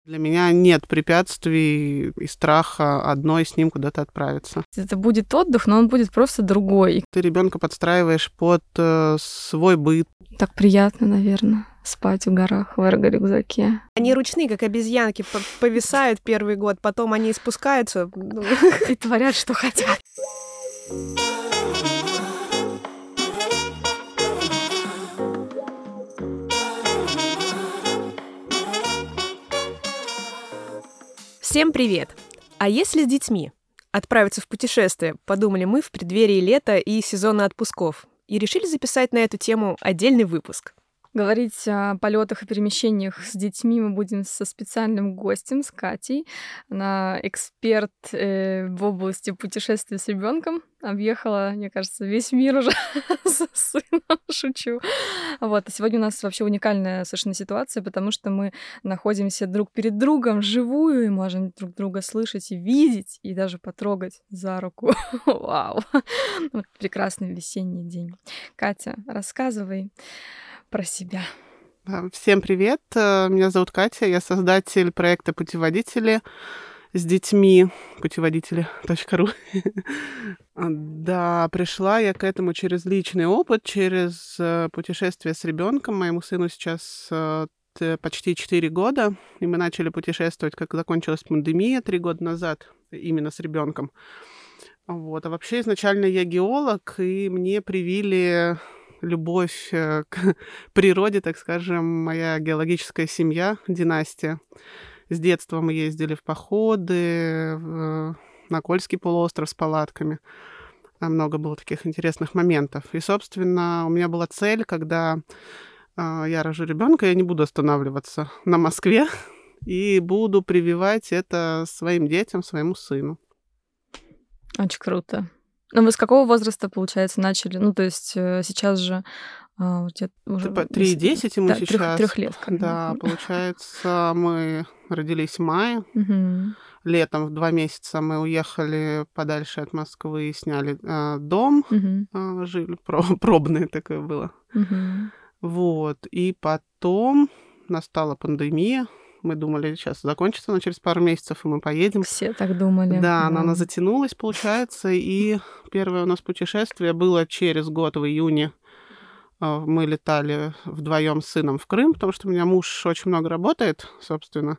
Для меня нет препятствий и страха одной с ним куда-то отправиться. Это будет отдых, но он будет просто другой. Ты ребенка подстраиваешь под свой быт. Так приятно, наверное, спать в горах в эрго-рюкзаке. Они ручные, как обезьянки, повисают первый год, потом они спускаются И творят, что хотят. Всем привет! А если с детьми отправиться в путешествие, подумали мы в преддверии лета и сезона отпусков, и решили записать на эту тему отдельный выпуск. Говорить о полетах и перемещениях с детьми мы будем со специальным гостем, с Катей. Она эксперт в области путешествий с ребенком. Объехала, мне кажется, весь мир уже со сыном, шучу. Вот. А сегодня у нас вообще уникальная совершенно ситуация, потому что мы находимся друг перед другом вживую и можем друг друга слышать и видеть, и даже потрогать за руку. Вау! Вот прекрасный весенний день. Катя, рассказывай про себя. Всем привет, меня зовут Катя, я создатель проекта «Путеводители с детьми», путеводители.ру. Да, пришла я к этому через личный опыт, через путешествие с ребенком. Моему сыну сейчас почти 4 года, и мы начали путешествовать, как закончилась пандемия 3 года назад, именно с ребенком. Вот. А вообще изначально я геолог, и мне привили любовь к природе, так скажем, моя геологическая семья, династия. С детства мы ездили в походы на Кольский полуостров с палатками. Много было таких интересных моментов. И, собственно, у меня была цель, когда я рожу ребенка, я не буду останавливаться на Москве и буду прививать это своим детям, своему сыну. Очень круто. Ну, вы с какого возраста, получается, начали? Ну, то есть сейчас же у тебя уже... 3,10 ему сейчас. 3-летка. Да, получается, мы родились в мае. Мгм. Летом в 2 месяца мы уехали подальше от Москвы и сняли дом. Мгм. Жили, пробное такое было. Мгм. Вот. И потом настала пандемия. Мы думали, сейчас закончится, но через пару месяцев и мы поедем. Все так думали. Да, она затянулась, получается. И первое у нас путешествие было через год, в июне. Мы летали вдвоем с сыном в Крым, потому что у меня муж очень много работает, собственно.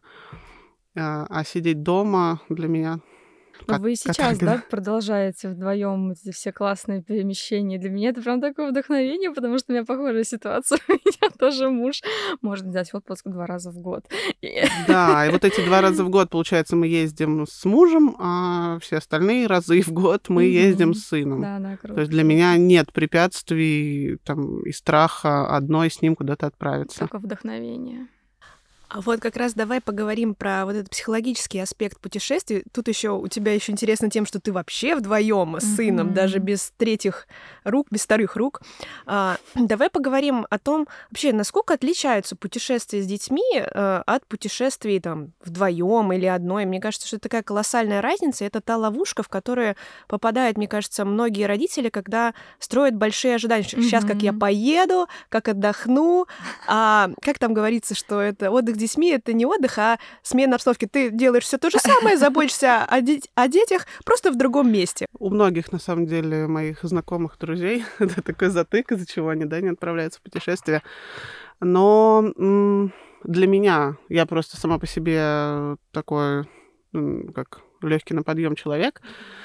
А сидеть дома для меня... Вы сейчас, да, продолжаете вдвоем эти все классные перемещения? Для меня это прям такое вдохновение, потому что у меня похожая ситуация. У меня тоже муж может взять отпуск 2 раза в год. Да, и вот эти 2 раза в год, получается, мы ездим с мужем, а все остальные разы в год мы ездим с сыном. Да, круто. То есть для меня нет препятствий там, и страха одной с ним куда-то отправиться. Только вдохновение. А вот как раз давай поговорим про вот этот психологический аспект путешествий. Тут еще у тебя еще интересно тем, что ты вообще вдвоем с сыном, даже без третьих рук, без вторых рук. Давай поговорим о том, вообще, насколько отличаются путешествия с детьми от путешествий там вдвоем или одной. Мне кажется, что это такая колоссальная разница. Это та ловушка, в которую попадают, мне кажется, многие родители, когда строят большие ожидания. Сейчас как я поеду, как отдохну. Как там говорится, что это отдых с детьми — это не отдых, а смена обстановки. Ты делаешь все то же самое, заботишься о детях, просто в другом месте. У многих, на самом деле, моих знакомых, друзей, это такой затык, из-за чего они, не отправляются в путешествие. Но для меня, я просто сама по себе такой, как легкий на подъем человек,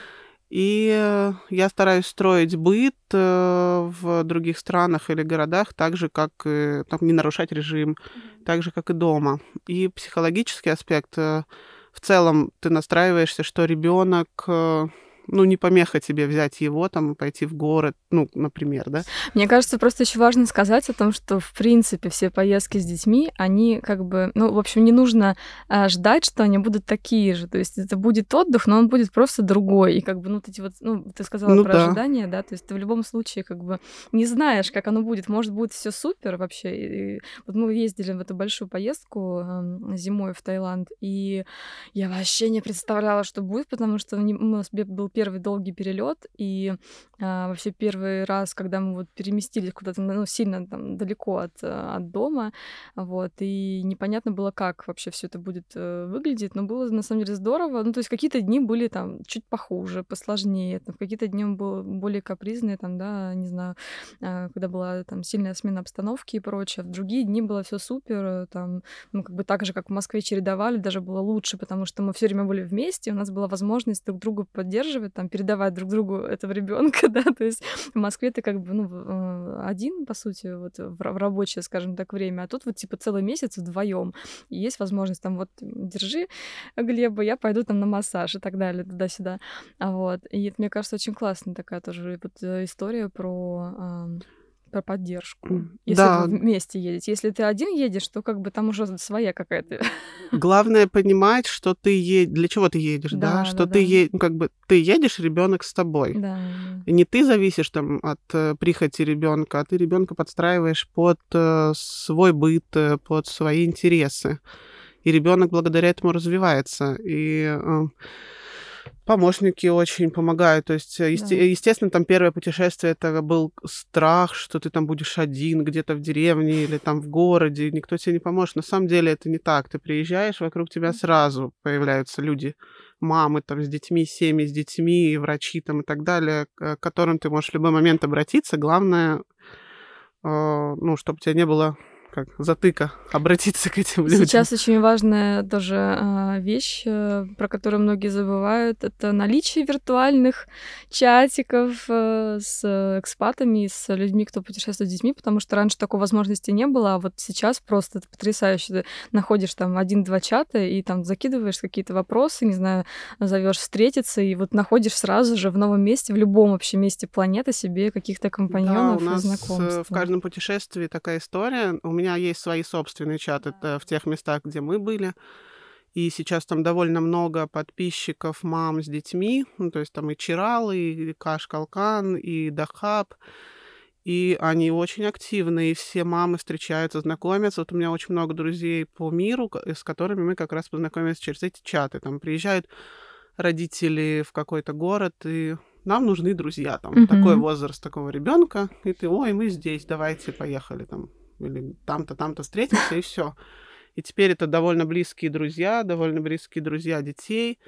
и я стараюсь строить быт в других странах или городах так же, как там, не нарушать режим, так же, как и дома. И психологический аспект, в целом ты настраиваешься, что ребенок, не помеха тебе взять его там и пойти в город, например, да? Мне кажется, просто еще важно сказать о том, что, в принципе, все поездки с детьми, они как бы, в общем, не нужно ждать, что они будут такие же. То есть это будет отдых, но он будет просто другой. И как бы, ты сказала про ожидания, да, то есть ты в любом случае как бы не знаешь, как оно будет. Может, будет все супер вообще. И вот мы ездили в эту большую поездку зимой в Таиланд, и я вообще не представляла, что будет, потому что у нас был первый долгий перелет, и вообще первый раз, когда мы вот переместились куда-то, ну, сильно там далеко от дома, вот, и непонятно было, как вообще все это будет выглядеть, но было на самом деле здорово. Ну, то есть какие-то дни были там чуть похуже, посложнее, там, какие-то дни было более капризные, там, да, не знаю, когда была там сильная смена обстановки и прочее. В другие дни было все супер, там, ну, как бы так же, как в Москве чередовали, даже было лучше, потому что мы все время были вместе, у нас была возможность друг друга поддерживать, там, передавать друг другу этого ребенка, да, то есть в Москве ты как бы, ну, один, по сути, вот в рабочее, скажем так, время, а тут вот типа целый месяц вдвоем. И есть возможность там вот держи Глеба, я пойду там на массаж и так далее, туда-сюда. Вот. И это, мне кажется, очень классная такая тоже вот история про поддержку. Если вы Да, вместе едете. Если ты один едешь, то как бы там уже своя какая-то. главное понимать, что ты едешь, для чего ты едешь, да, Да, что да, ты да. ну, как бы ты едешь, ребенок с тобой. Да, да. И не ты зависишь там от прихоти ребенка, а ты ребенка подстраиваешь под свой быт, под свои интересы. И ребенок благодаря этому развивается. И помощники очень помогают. То есть, Да. естественно, там первое путешествие это был страх, что ты там будешь один где-то в деревне или там в городе, и никто тебе не поможет. На самом деле это не так. Ты приезжаешь, вокруг тебя сразу появляются люди, мамы там с детьми, семьи с детьми, и врачи там и так далее, к которым ты можешь в любой момент обратиться. Главное, ну, чтобы у тебя не было как затыка, обратиться к этим людям. Сейчас очень важная тоже вещь, про которую многие забывают, это наличие виртуальных чатиков с экспатами, с людьми, кто путешествует с детьми, потому что раньше такой возможности не было, а вот сейчас просто это потрясающе. Ты находишь там 1-2 чата и там закидываешь какие-то вопросы, не знаю, зовешь встретиться, и вот находишь сразу же в новом месте, в любом вообще месте планеты себе каких-то Да, у компаньонов и нас в знакомств. каждом путешествии такая история. У меня есть свои собственные чаты в тех местах, где мы были. И сейчас там довольно много подписчиков мам с детьми. Ну, то есть там и Чирал, и Каш Калкан, и Дахаб. И они очень активны, и все мамы встречаются, знакомятся. Вот у меня очень много друзей по миру, с которыми мы как раз познакомились через эти чаты. Там приезжают родители в какой-то город, и нам нужны друзья, там, такой Мгм. возраст такого ребенка, и ты, ой, мы здесь, давайте, поехали, там, или там-то встретимся, и все. И теперь это довольно близкие друзья детей,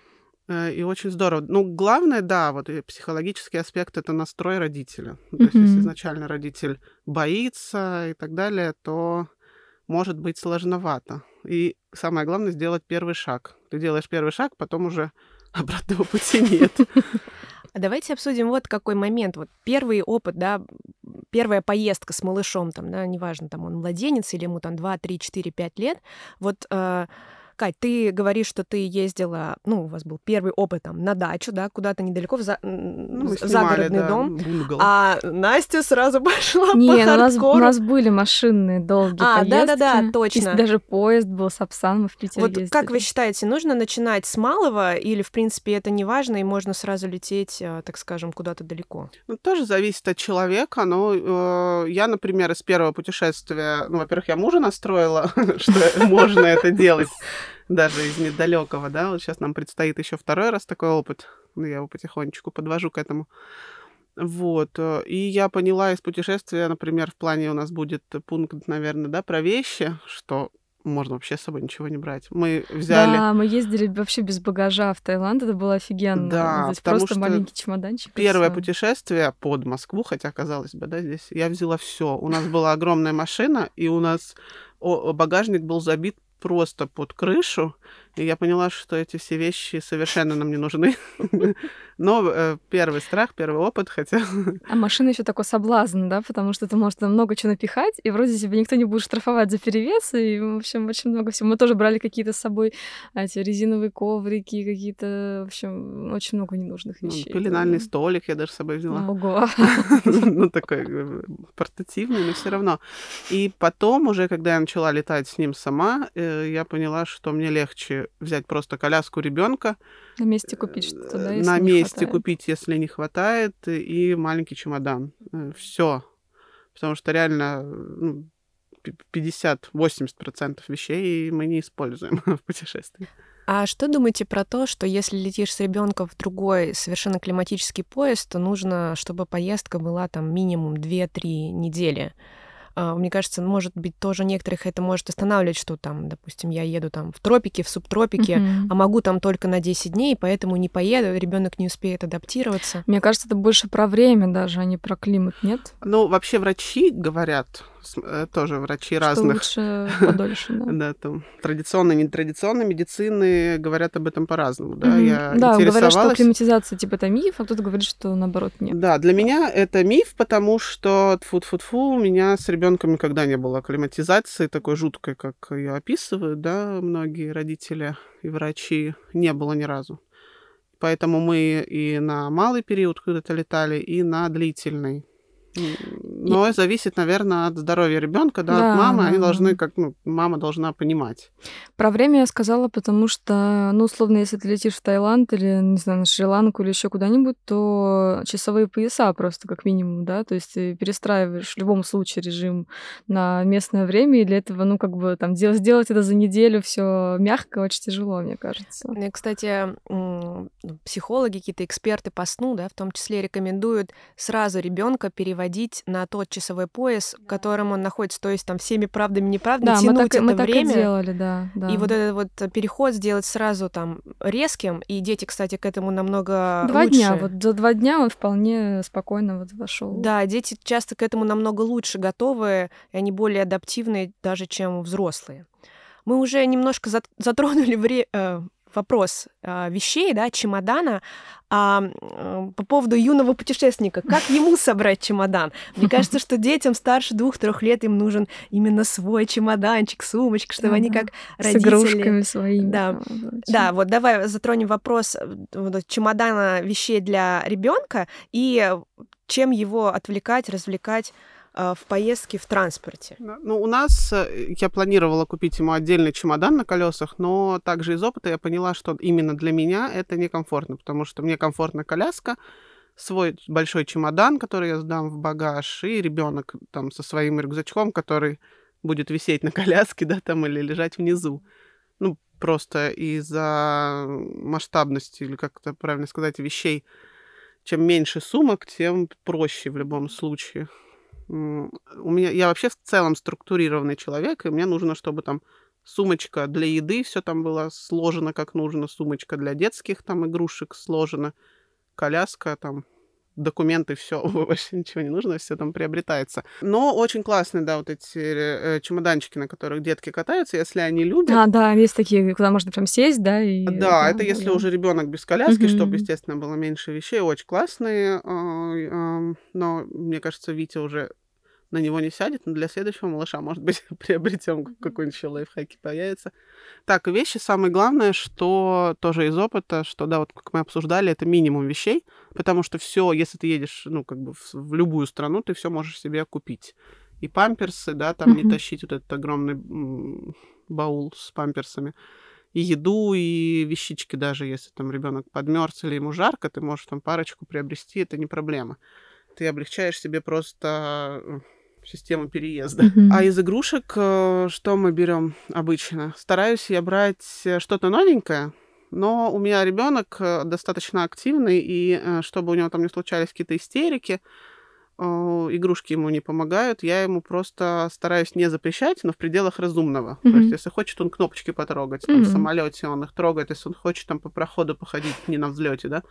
и очень здорово. Ну, главное, да, вот и психологический аспект — это настрой родителя. Ну, то есть если Мгм. изначально родитель боится и так далее, то может быть сложновато. И самое главное — сделать первый шаг. Ты делаешь первый шаг, потом уже обратного пути нет. А давайте обсудим вот какой момент. Вот первый опыт, да, первая поездка с малышом, там, да, неважно, там он младенец или ему там 2, 3, 4, 5 лет. Вот, Кать, ты говоришь, что ты ездила, ну, у вас был первый опыт там на дачу, да, куда-то недалеко Ну, мы в снимали, загородный да, дом, бунгало. а Настя сразу пошла по Не, ну у хардкору. нас были машинные долгие Да-да-да, поездки. И точно. даже поезд был, Сапсан, мы в Питер Вот как вы ездили. считаете, нужно начинать с малого или, в принципе, это не важно, и можно сразу лететь, так скажем, куда-то далеко? Ну, тоже зависит от человека. Но я, например, из первого путешествия, ну, во-первых, я мужа настроила, что можно это делать даже из недалекого, да. Вот сейчас нам предстоит еще второй раз такой опыт. Ну, я его потихонечку подвожу к этому. Вот. И я поняла из путешествия, например, в плане у нас будет пункт, наверное, да, про вещи, что можно вообще с собой ничего не брать. Мы взяли, Да, мы ездили вообще без багажа в Таиланд, это было офигенно. да, Здесь потому просто что маленький чемоданчик и первое всё. путешествие под Москву, хотя, казалось бы, да, здесь я взяла все. У нас была огромная машина, и у нас багажник был забит просто под крышу. И я поняла, что эти все вещи совершенно нам не нужны. Но первый страх, первый опыт, хотя... А машина еще такой соблазн, да, потому что ты можешь туда много чего напихать, и вроде тебя никто не будет штрафовать за перевес, и, в общем, очень много всего. Мы тоже брали какие-то с собой эти резиновые коврики, какие-то, в общем, очень много ненужных Ну, вещей. пеленальный было. столик я даже с собой взяла. Ого. Ну, такой портативный, но все равно. И потом уже, когда я начала летать с ним сама, я поняла, что мне легче взять просто коляску ребенка, На месте купить что-то, да, если на не месте хватает. купить, если не хватает, и маленький чемодан. Все. Потому что реально 50-80% вещей мы не используем в путешествии. А что думаете про то, что если летишь с ребенком в другой совершенно климатический пояс, то нужно, чтобы поездка была там минимум 2-3 недели? Мне кажется, может быть, тоже некоторых это может останавливать, что там, допустим, я еду там в тропике, в субтропике, а могу там только на 10 дней, поэтому не поеду, ребенок не успеет адаптироваться. Мне кажется, это больше про время даже, а не про климат, нет? Ну, вообще врачи говорят, тоже врачи Что разных... лучше подольше, да. Да, там традиционной, нетрадиционной медицины говорят об этом по-разному, да. Я Да, говорят, что интересовалась. климатизация типа это миф, а кто-то говорит, что наоборот нет. Да, для меня это миф, потому что тфу-тфу-тфу, у меня с ребенком никогда не было акклиматизации такой жуткой, как ее описывают, да, многие родители и врачи, не было ни разу. Поэтому мы и на малый период куда-то летали, и на длительный. Но зависит, наверное, от здоровья ребенка, да, от мамы. Они должны, мама должна понимать. Про время я сказала, потому что, условно, если ты летишь в Таиланд или, не знаю, на Шри-Ланку или еще куда-нибудь, то часовые пояса просто как минимум, да, то есть ты перестраиваешь в любом случае режим на местное время, и для этого, там сделать это за неделю все мягко очень тяжело, мне кажется. И, кстати, психологи, какие-то эксперты по сну, да, в том числе рекомендуют сразу ребенка переводить на тот часовой пояс, в котором он находится, то есть там всеми правдами и неправдами тянуть это мы так время. И делали, да. И вот этот вот переход сделать сразу там резким, и дети, кстати, к этому намного 2 лучше. дня, вот за 2 дня он вполне спокойно вот вошел. Да, дети часто к этому намного лучше готовы, и они более адаптивны даже, чем взрослые. Мы уже немножко затронули вопрос вещей, да, чемодана. По поводу юного путешественника, как ему собрать чемодан? Мне кажется, что детям старше 2-3 лет им нужен именно свой чемоданчик, сумочка, чтобы они как родители... С игрушками своими. Да, вот давай затронем вопрос чемодана вещей для ребенка и чем его отвлекать, развлекать в поездке в транспорте. У нас я планировала купить ему отдельный чемодан на колесах, но также из опыта я поняла, что именно для меня это некомфортно, потому что мне комфортна коляска, свой большой чемодан, который я сдам в багаж, и ребенок там со своим рюкзачком, который будет висеть на коляске, да, там, или лежать внизу. Просто из-за масштабности, или как это правильно сказать, вещей. Чем меньше сумок, тем проще в любом случае. Я вообще в целом структурированный человек, и мне нужно, чтобы там сумочка для еды, все там было сложено как нужно, сумочка для детских там игрушек сложена, коляска, там документы, все, вообще ничего не нужно, все там приобретается. Но очень классные, да, вот эти чемоданчики, на которых детки катаются, если они любят. Да, есть такие, куда можно прям сесть, да, и... Да, это если уже ребенок без коляски, чтобы, естественно, было меньше вещей, очень классные, но, мне кажется, Витя уже на него не сядет, но для следующего малыша, может быть, приобретем какой-нибудь еще лайфхаки появится. Так, вещи, самое главное, что тоже из опыта, что, да, вот как мы обсуждали, это минимум вещей, потому что все, если ты едешь, в любую страну, ты все можешь себе купить. И памперсы, да, там не тащить вот этот огромный баул с памперсами. И еду, и вещички даже, если там ребенок подмерз или ему жарко, ты можешь там парочку приобрести, это не проблема. Ты облегчаешь себе просто систему переезда. А из игрушек что мы берем обычно? Стараюсь я брать что-то новенькое, но у меня ребенок достаточно активный, и чтобы у него там не случались какие-то истерики, игрушки ему не помогают, я ему просто стараюсь не запрещать, но в пределах разумного. То есть, если хочет он кнопочки потрогать, там, в самолете он их трогает, если он хочет там по проходу походить, не на взлете, да,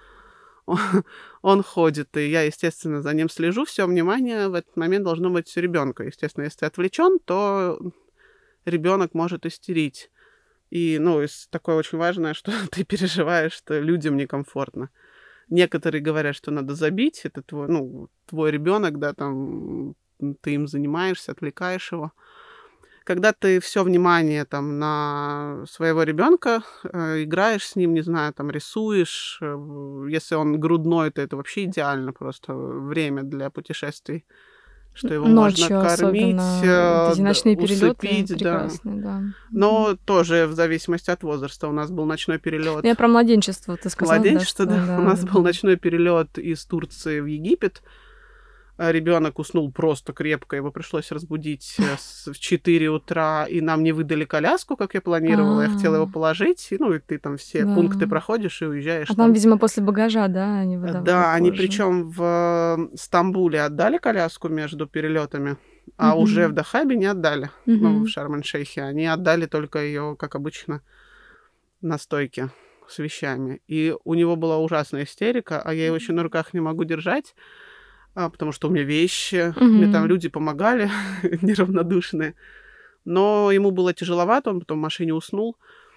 он ходит, и я, естественно, за ним слежу, все внимание в этот момент должно быть у ребенка. Естественно, если ты отвлечен, то ребенок может истерить. И, такое очень важное, что ты переживаешь, что людям некомфортно. Некоторые говорят, что надо забить, это твой ребенок, да, там ты им занимаешься, отвлекаешь его. Когда ты все внимание там на своего ребенка, играешь с ним, не знаю, там рисуешь, если он грудной, то это вообще идеально просто время для путешествий, что его ночью можно кормить, эти ночные перелеты усыпить, прекрасные, да. Но тоже в зависимости от возраста. У нас был ночной перелет. Я про младенчество ты сказала. Младенчество, да. У нас был ночной перелет из Турции в Египет. Ребенок уснул просто крепко, его пришлось разбудить в 4 утра, и нам не выдали коляску, как я планировала. Я хотела его положить, и ты там все пункты проходишь и уезжаешь. А там, видимо, после багажа, да, они выдавали Да, они позже. причем в Стамбуле отдали коляску между перелетами, а уже в Дахабе не отдали. В Шарм-эль-Шейхе. Они отдали только ее, как обычно, на стойке с вещами. И у него была ужасная истерика, а я его еще на руках не могу держать, потому что у меня вещи, мне там люди помогали, неравнодушные. Но ему было тяжеловато, он потом в машине уснул.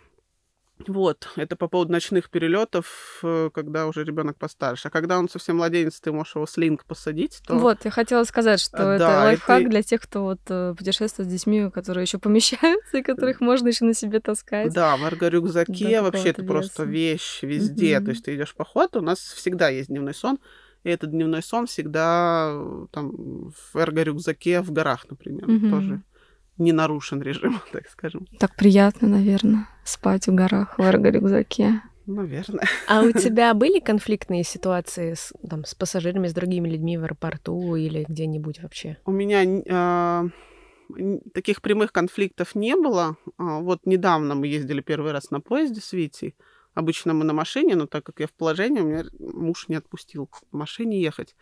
Вот, это по поводу ночных перелетов, когда уже ребенок постарше. А когда он совсем младенец, ты можешь его в слинг посадить, то... Вот, я хотела сказать, что это лайфхак для тех, кто путешествует с детьми, которые еще помещаются, и которых можно еще на себе таскать. Да, в эрго-рюкзаке вообще это просто вещь везде. То есть ты идешь в поход, у нас всегда есть дневной сон, и этот дневной сон всегда там в эрго-рюкзаке в горах, например, тоже не нарушен режим, так скажем. Так приятно, наверное, спать в горах в эрго-рюкзаке. Наверное. А у тебя были конфликтные ситуации с пассажирами, с другими людьми в аэропорту или где-нибудь вообще? У меня таких прямых конфликтов не было. Вот недавно мы ездили первый раз на поезде с Витей. Обычно мы на машине, но так как я в положении, у меня муж не отпустил в машине ехать.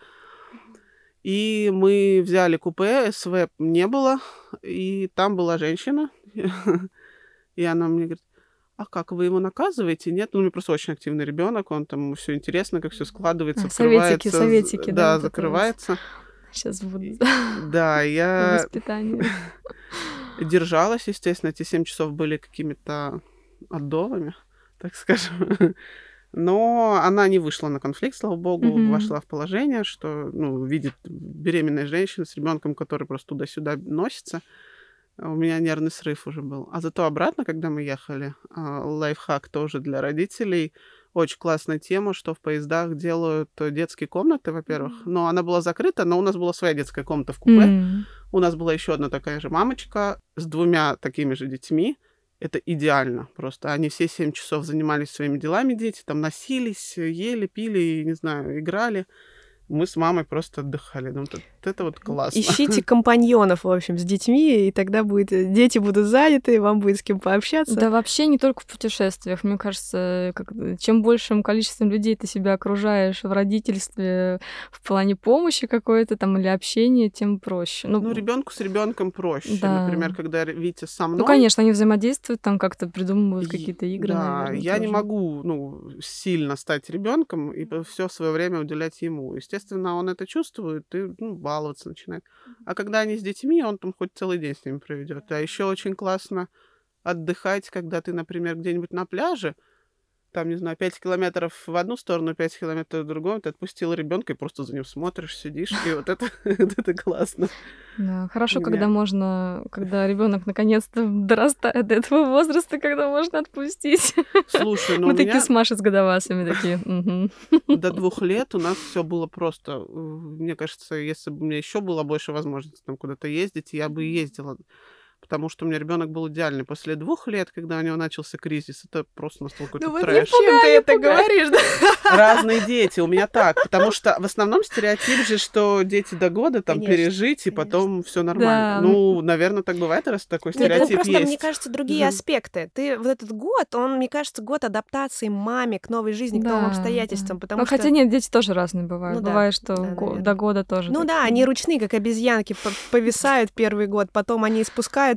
И мы взяли купе, СВ не было, и там была женщина. И она мне говорит: а как, вы его наказываете? Нет, у меня просто очень активный ребенок, он там все интересно, как все складывается, открывается. Советики, да, закрывается. Сейчас буду. Да, я воспитание. Держалась, естественно, эти 7 часов были какими-то отдовами, так скажем. Но она не вышла на конфликт, слава богу, вошла в положение, что видит беременная женщина с ребенком, который просто туда-сюда носится. У меня нервный срыв уже был. А зато обратно, когда мы ехали, лайфхак тоже для родителей. Очень классная тема, что в поездах делают детские комнаты, во-первых. Но она была закрыта, но у нас была своя детская комната в купе. У нас была еще одна такая же мамочка с 2 такими же детьми. Это идеально просто. Они все 7 часов занимались своими делами, дети, там носились, ели, пили, не знаю, играли. Мы с мамой просто отдыхали. Думаю, это вот классно. Ищите компаньонов, в общем, с детьми, и тогда дети будут заняты, вам будет с кем пообщаться. Да вообще не только в путешествиях. Мне кажется, чем большим количеством людей ты себя окружаешь в родительстве в плане помощи какой-то там или общения, тем проще. Ребенку с ребенком проще. Да. Например, когда Витя со мной... конечно, они взаимодействуют, там как-то придумывают какие-то игры, Да, наверное, я тоже. не могу, сильно стать ребенком и все свое время уделять ему. Естественно, он это чувствует и баловаться начинает. А когда они с детьми, он там хоть целый день с ними проведет. А еще очень классно отдыхать, когда ты, например, где-нибудь на пляже, там, не знаю, 5 километров в одну сторону, 5 километров в другую, ты отпустила ребенка и просто за ним смотришь, сидишь, и вот это классно. Да, хорошо, когда ребенок наконец-то дорастает до этого возраста, когда можно отпустить. Слушай, мы такие с Машей с годовасами такие. До 2 лет у нас все было просто. Мне кажется, если бы у меня еще было больше возможностей там куда-то ездить, я бы и ездила. Потому что у меня ребенок был идеальный. После 2 лет, когда у него начался кризис, это просто настолько трэш. Зачем ты это говоришь? Разные дети. У меня так. Потому что в основном стереотип же, что дети до года там пережить, и потом все нормально. Да. Наверное, так бывает, раз такой стереотип есть. Просто, мне кажется, другие аспекты. Ты вот этот год, он, мне кажется, год адаптации маме к новой жизни, к новым обстоятельствам. Потому что... Хотя нет, дети тоже разные бывают. Бывает, что до года тоже. Да, они ручные, как обезьянки, повисают первый год, потом они спускаются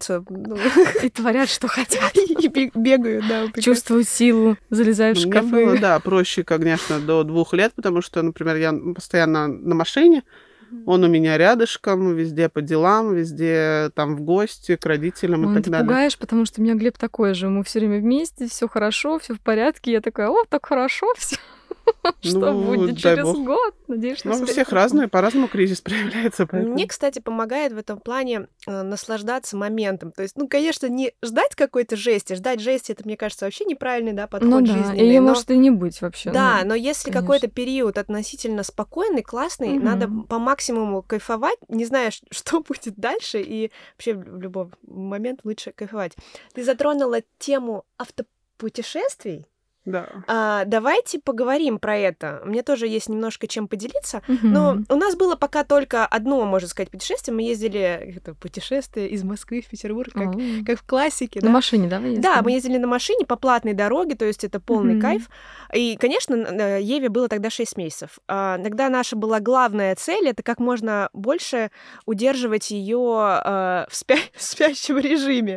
и творят, что хотят. И бегают, да. Чувствуют силу, залезают в шкафы. Мне было, да, проще, конечно, до 2 лет, потому что, например, я постоянно на машине, он у меня рядышком, везде по делам, везде там в гости, к родителям и так далее. Ты пугаешь, потому что у меня Глеб такой же. Мы все время вместе, все хорошо, все в порядке. Я такая: так хорошо все. Что будет через год? Надеюсь, что у всех разные, по-разному кризис проявляется. Мне, кстати, помогает в этом плане наслаждаться моментом. То есть, конечно, не ждать какой-то жести. Ждать жести — это, мне кажется, вообще неправильный, подход жизненный. Или может и не быть вообще. Да, но если какой-то период относительно спокойный, классный, надо по максимуму кайфовать, не зная, что будет дальше, и вообще в любой момент лучше кайфовать. Ты затронула тему автопутешествий. Да. Давайте поговорим про это. Мне тоже есть немножко чем поделиться. Но у нас было пока только одно, можно сказать, путешествие. Мы ездили путешествие из Москвы в Петербург, как в классике. На машине, да, вы ездили? Да, мы ездили на машине по платной дороге, то есть это полный кайф. И, конечно, Еве было тогда 6 месяцев. Тогда наша была главная цель — это как можно больше удерживать ее в спящем режиме.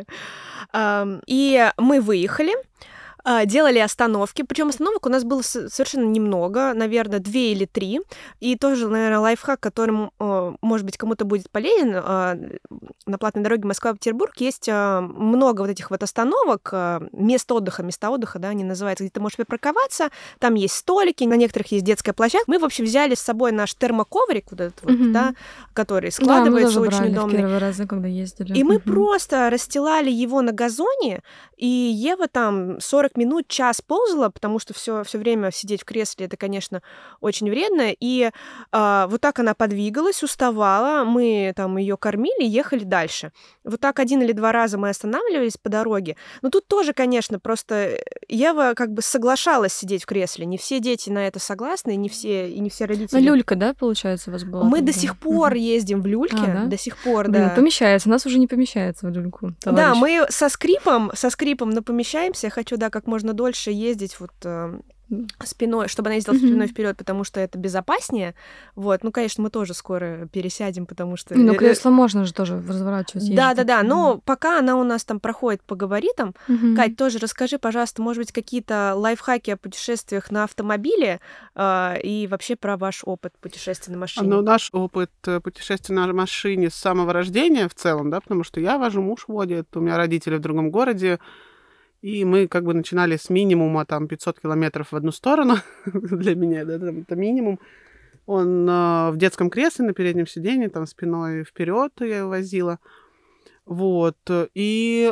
И мы выехали, делали остановки, причем остановок у нас было совершенно немного, наверное, 2 или 3. И тоже, наверное, лайфхак, которым, может быть, кому-то будет полезен. На платной дороге Москва-Петербург есть много вот этих вот остановок, места отдыха, да, они называются, где ты можешь припарковаться, там есть столики, на некоторых есть детская площадка. Мы, в общем, взяли с собой наш термоковрик, вот этот вот, да, который складывается, очень удобно. В первый раз, когда ездили. И мы просто расстилали его на газоне, и Ева там 40 минут, час ползала, потому что все время сидеть в кресле — это, конечно, очень вредно. И вот так она подвигалась, уставала, мы там ее кормили, ехали дальше. Вот так 1 или 2 раза мы останавливались по дороге. Но тут тоже, конечно, просто Ева как бы соглашалась сидеть в кресле. Не все дети на это согласны, и не все родители. Ну, люлька, да, получается, у вас была? Мы до сих пор ездим в люльке, да? до сих пор, Блин, да. помещается, нас уже не помещается в люльку. Товарищ. Да, мы со скрипом, но помещаемся. Я хочу, да, как можно дольше ездить вот спиной, чтобы она ездила спиной вперед, потому что это безопаснее. Вот, ну, конечно, мы тоже скоро пересядем, потому что... Ну, кресло можно же тоже разворачивать. Да, но пока она у нас там проходит по габаритам. Кать, тоже расскажи, пожалуйста, может быть, какие-то лайфхаки о путешествиях на автомобиле и вообще про ваш опыт путешествия на машине. Ну, наш опыт путешествия на машине с самого рождения в целом, да, потому что я вожу, муж водит, у меня родители в другом городе, и мы как бы начинали с минимума там 500 километров в одну сторону. Для меня, да, это минимум. Он в детском кресле на переднем сиденье, там спиной вперед я его возила. Вот. И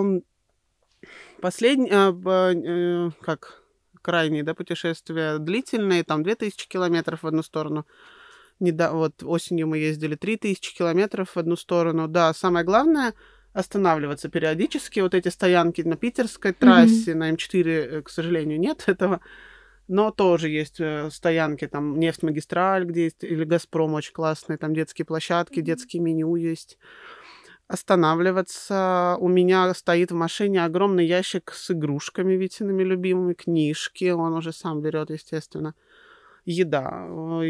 последнее, крайние, да, путешествия длительные, там 2000 километров в одну сторону. Вот осенью мы ездили 3000 километров в одну сторону. Да, самое главное — останавливаться периодически. Вот эти стоянки на питерской трассе, на М4, к сожалению, нет этого. Но тоже есть стоянки, там Нефтьмагистраль, где есть, или Газпром очень классные, там детские площадки, детские меню есть. Останавливаться. У меня стоит в машине огромный ящик с игрушками Витиными любимыми, книжки, он уже сам берет, естественно. Еда,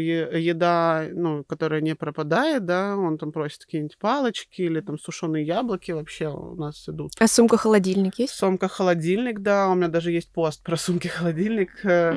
ну, которая не пропадает, да, он там просит какие-нибудь палочки или там сушеные яблоки вообще у нас идут. А сумка-холодильник есть? Сумка-холодильник, да, у меня даже есть пост про сумки-холодильник.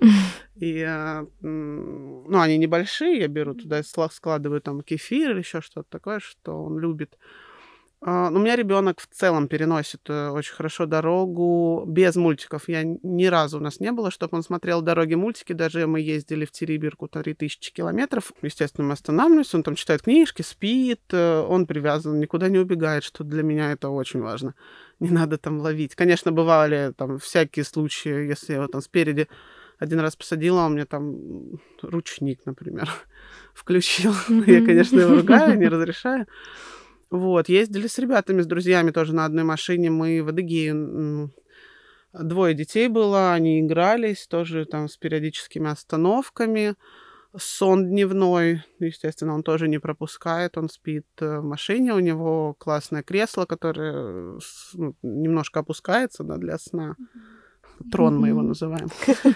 И, ну, они небольшие, я беру туда, складываю там кефир или еще что-то такое, что он любит. У меня ребенок в целом переносит очень хорошо дорогу без мультиков. Ни разу у нас не было, чтобы он смотрел дороги мультики. Даже мы ездили в Териберку 3000 километров. Естественно, мы останавливаемся, он там читает книжки, спит, он привязан, никуда не убегает, что для меня это очень важно. Не надо там ловить. Конечно, бывали там всякие случаи, если я его там спереди один раз посадила, он мне там ручник, например, включил. Я, конечно, его ругаю, не разрешаю. Вот, ездили с ребятами, с друзьями тоже на одной машине. Мы в Адыгею, 2 детей было, они игрались тоже там с периодическими остановками. Сон дневной, естественно, он тоже не пропускает, он спит в машине, у него классное кресло, которое немножко опускается, да, для сна. Трон мы его называем.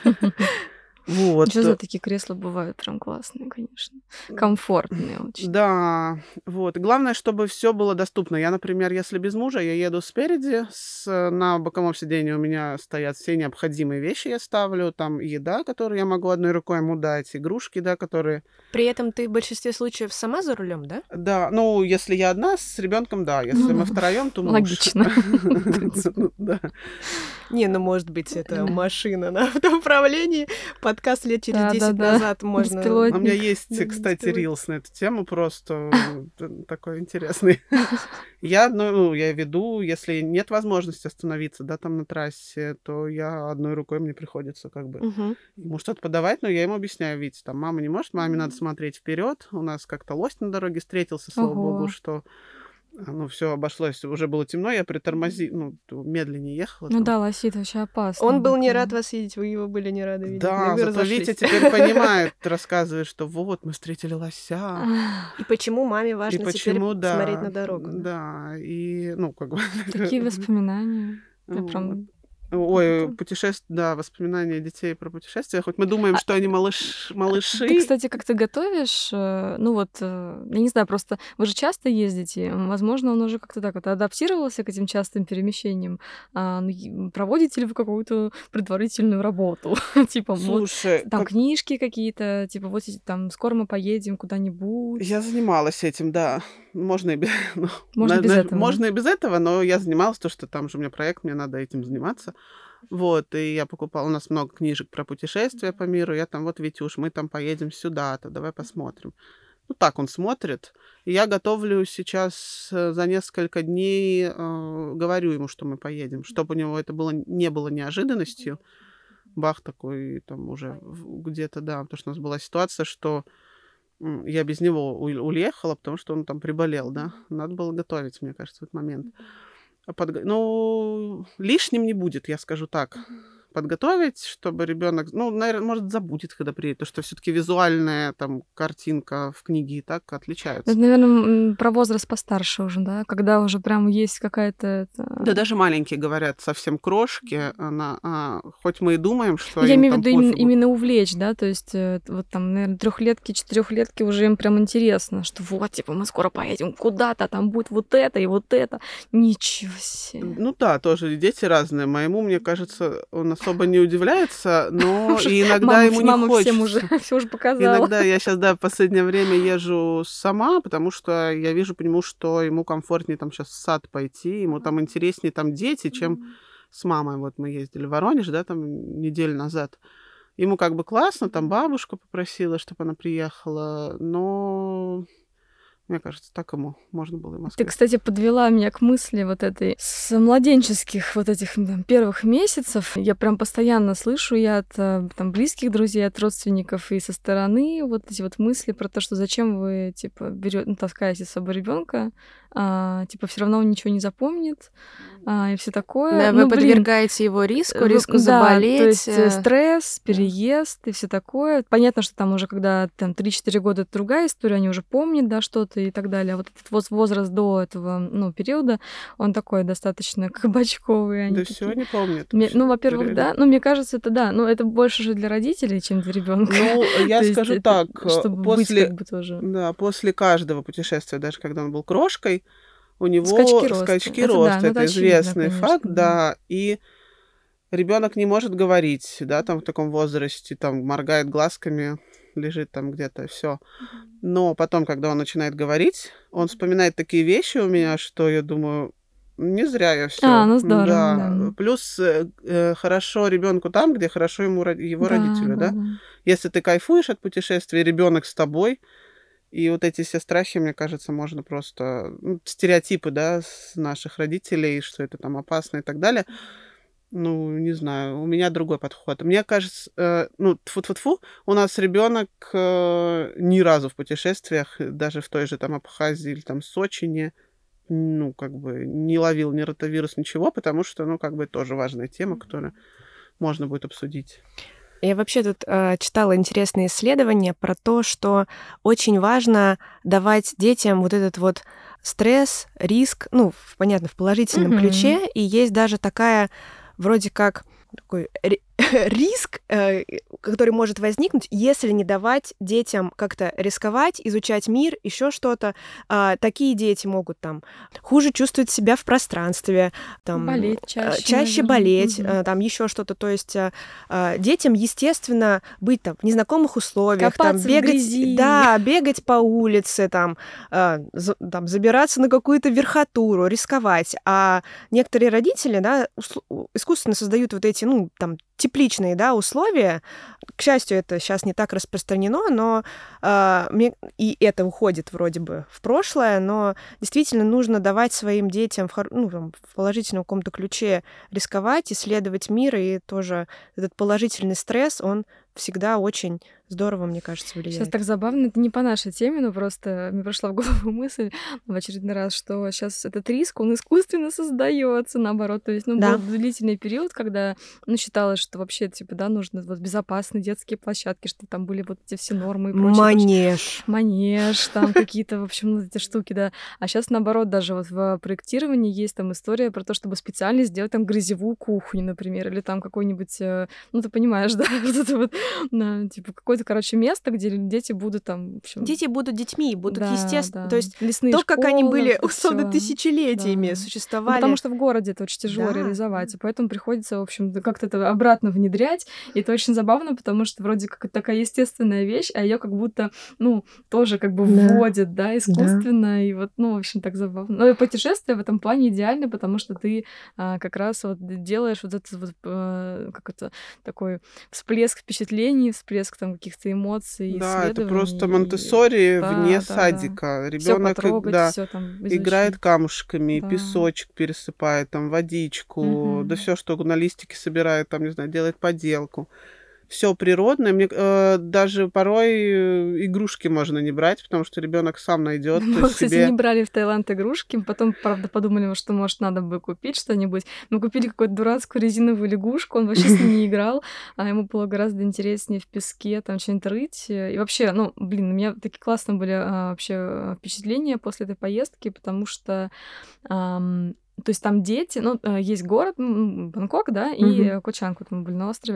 Вот. Что за такие кресла бывают прям классные, конечно. Комфортные очень. Да, вот. Главное, чтобы все было доступно. Я, например, если без мужа, я еду спереди, на боковом сиденье у меня стоят все необходимые вещи, я ставлю. Там еда, которую я могу одной рукой ему дать, игрушки, да, которые... При этом ты в большинстве случаев сама за рулем, да? Да, ну, если я одна с ребенком, да. Если мы втроем, то муж. Логично. Не, ну, может быть, это машина на автоуправлении. Подкаст лет через 10 назад можно... У меня есть, кстати, рилс на эту тему, просто такой интересный. Я веду, если нет возможности остановиться, да, там на трассе, то я одной рукой, мне приходится как бы ему что-то подавать, но я ему объясняю, видите, там мама не может, маме надо смотреть вперед. У нас как-то лось на дороге встретился, слава богу, что Ну, все обошлось, уже было темно, я медленнее ехала Ну там. да, лосит вообще опасно. Он был не такое. рад вас видеть, вы его были не рады видеть. Да, и вы зато разошлись. Витя теперь понимает, рассказывает, что вот, мы встретили лося, Ах, И почему маме и важно теперь почему, смотреть да, на дорогу. Да? да, и, ну, как бы... Такие воспоминания. Я Вот. прям Ой, как-то- да, воспоминания детей про путешествия. Хоть мы думаем, А что они Ты, малыши. кстати, как ты готовишь? Ну вот, я не знаю, просто вы же часто ездите. Возможно, он уже как-то так вот адаптировался к этим частым перемещениям. Проводите ли вы какую-то предварительную работу? Типа, вот Слушай, там книжки какие-то, типа, вот там скоро мы поедем куда-нибудь. я занималась этим, да. Можно и без, ну, Можно без этого, да? можно и без этого, но я занималась, то, что там же у меня проект, мне надо этим заниматься. Вот, и я покупала, у нас много книжек про путешествия по миру, я там, вот, Витюш, мы там поедем сюда-то, давай посмотрим. Ну, так он смотрит. И я готовлю сейчас за несколько дней, говорю ему, что мы поедем, чтобы у него это не было неожиданностью. Бах такой там уже где-то, да, потому что у нас была ситуация, что я без него уехала, потому что он там приболел, да. Надо было готовить, мне кажется, в этот момент. Ну, лишним не будет, я скажу так. Подготовить, чтобы ребенок, ну, наверное, может, забудет, когда приедет, потому что все-таки визуальная там картинка в книге и так отличаются. Это, наверное, про возраст постарше уже, да? Когда уже прям есть какая-то... Да даже маленькие говорят, совсем крошки, хоть мы и думаем, что Я им имею в там виду пофигу. именно увлечь, да, то есть вот там, наверное, 3-летки, 4-летки уже им прям интересно, что вот, типа, мы скоро поедем куда-то, там будет вот это и вот это. Ничего себе. Ну да, тоже дети разные. Моему, мне кажется, он особо не удивляется, но и иногда ему не Мама хочется. всем уже все уже показала. Иногда я сейчас, да, в последнее время езжу сама, потому что я вижу по нему, что ему комфортнее там сейчас в сад пойти, ему там интереснее там дети, чем с мамой. Вот мы ездили в Воронеж, да, там неделю назад. Ему как бы классно, там бабушка попросила, чтобы она приехала, но... Мне кажется, так ему можно было и в Ты, Москве. кстати, подвела меня к мысли вот этой с младенческих вот этих там, первых месяцев. Я прям постоянно слышу и от там, близких друзей, от родственников и со стороны вот эти вот мысли про то, что зачем вы, типа, таскаете с собой ребенка, типа, все равно он ничего не запомнит, и все такое. Да, вы подвергаете его риску заболеть. Да, то есть стресс, переезд и все такое. Понятно, что там уже, когда там 3-4 года, это другая история, они уже помнят, да, что-то и так далее. А вот этот вот возраст до этого, ну, периода, он такой достаточно кабачковый. Да все не помнят. Ну, во-первых, да. Ну, мне кажется, это да. Но это больше же для родителей, чем для ребенка. Ну, я скажу так, чтобы быть как бы тоже... Да, после каждого путешествия, даже когда он был крошкой, у него скачки Это роста. да, Это очевидно, известный конечно, факт, да. И ребенок не может говорить, да, там в таком возрасте, там моргает глазками, лежит там где-то, все. Но потом, когда он начинает говорить, он вспоминает такие вещи у меня, что я думаю, не зря я все. Ну здорово, Да. Плюс хорошо ребенку там, где хорошо его родителю, да. Если ты кайфуешь от путешествия, ребенок с тобой, и вот эти все страхи, мне кажется, можно просто... стереотипы, да, с наших родителей, что это там опасно и так далее. Ну, не знаю, у меня другой подход. Мне кажется, тьфу-тьфу-тьфу, у нас ребенок ни разу в путешествиях, даже в той же там Абхазии или там Сочи не ловил ни ротавирус, ничего, потому что, это тоже важная тема, которую можно будет обсудить. Я вообще тут читала интересные исследования про то, что очень важно давать детям вот этот вот стресс, риск, понятно, в положительном ключе, и есть даже такая вроде как такой риск, который может возникнуть, если не давать детям как-то рисковать, изучать мир, еще что-то. Такие дети могут там хуже чувствовать себя в пространстве, там, болеть чаще болеть, там еще что-то. То есть детям, естественно, быть там в незнакомых условиях, там, бегать по улице, там, забираться на какую-то верхотуру, рисковать. А некоторые родители, да, искусственно создают вот эти, тепличные, да, условия. К счастью, это сейчас не так распространено, но и это уходит вроде бы в прошлое, но действительно нужно давать своим детям в положительном каком-то ключе рисковать, исследовать мир, и тоже этот положительный стресс, он всегда очень здорово, мне кажется, Сейчас влияет. так забавно, это не по нашей теме, но просто мне пришла в голову мысль в очередной раз, что сейчас этот риск, он искусственно создается, наоборот. То есть, Да. был длительный период, когда, считалось, что вообще, типа, да, нужно вот безопасные детские площадки, что там были вот эти все нормы и прочее. Манеж. Манеж, там какие-то, в общем, эти штуки, да. А сейчас, наоборот, даже вот в проектировании есть там история про то, чтобы специально сделать там грязевую кухню, например, или там какой-нибудь, ты понимаешь, да, вот это вот, типа, какое-то, короче, место, где дети будут там, в общем... Дети будут детьми, будут Да, естественно. да. То есть лесные то, как они школы, были вот это условно всё. тысячелетиями Да. существовали. Потому что в городе это очень тяжело Да, реализовать, и поэтому приходится, в общем, как-то это обратно внедрять. И это очень забавно, потому что вроде как это такая естественная вещь, а ее как будто, тоже как бы Да. вводят, да, искусственно. И вот, в общем, так забавно. Но и путешествие в этом плане идеально, потому что ты как раз вот делаешь вот этот вот, такой всплеск впечатлений, всплеск там каких-то эмоций, Да, это просто исследований. Монтессори Да, вне да. садика. Всё Ребенок, потрогать, да, всё там играет изучить. камушками, Да. песочек пересыпает, там водичку, да Мгм. все, что на листике собирает, там, не знаю, делает поделку. Все природное. Мне даже порой игрушки можно не брать, потому что ребенок сам найдет Мы, кстати, не себе. брали в Таиланд игрушки, потом, правда, подумали, что, может, надо бы купить что-нибудь. Мы купили какую-то дурацкую резиновую лягушку, он вообще с ней не играл, а ему было гораздо интереснее в песке там что-нибудь рыть. И вообще, у меня такие классные были вообще впечатления после этой поездки, потому что то есть там дети, есть город, Бангкок, да, и Кочан, вот мы были на острове,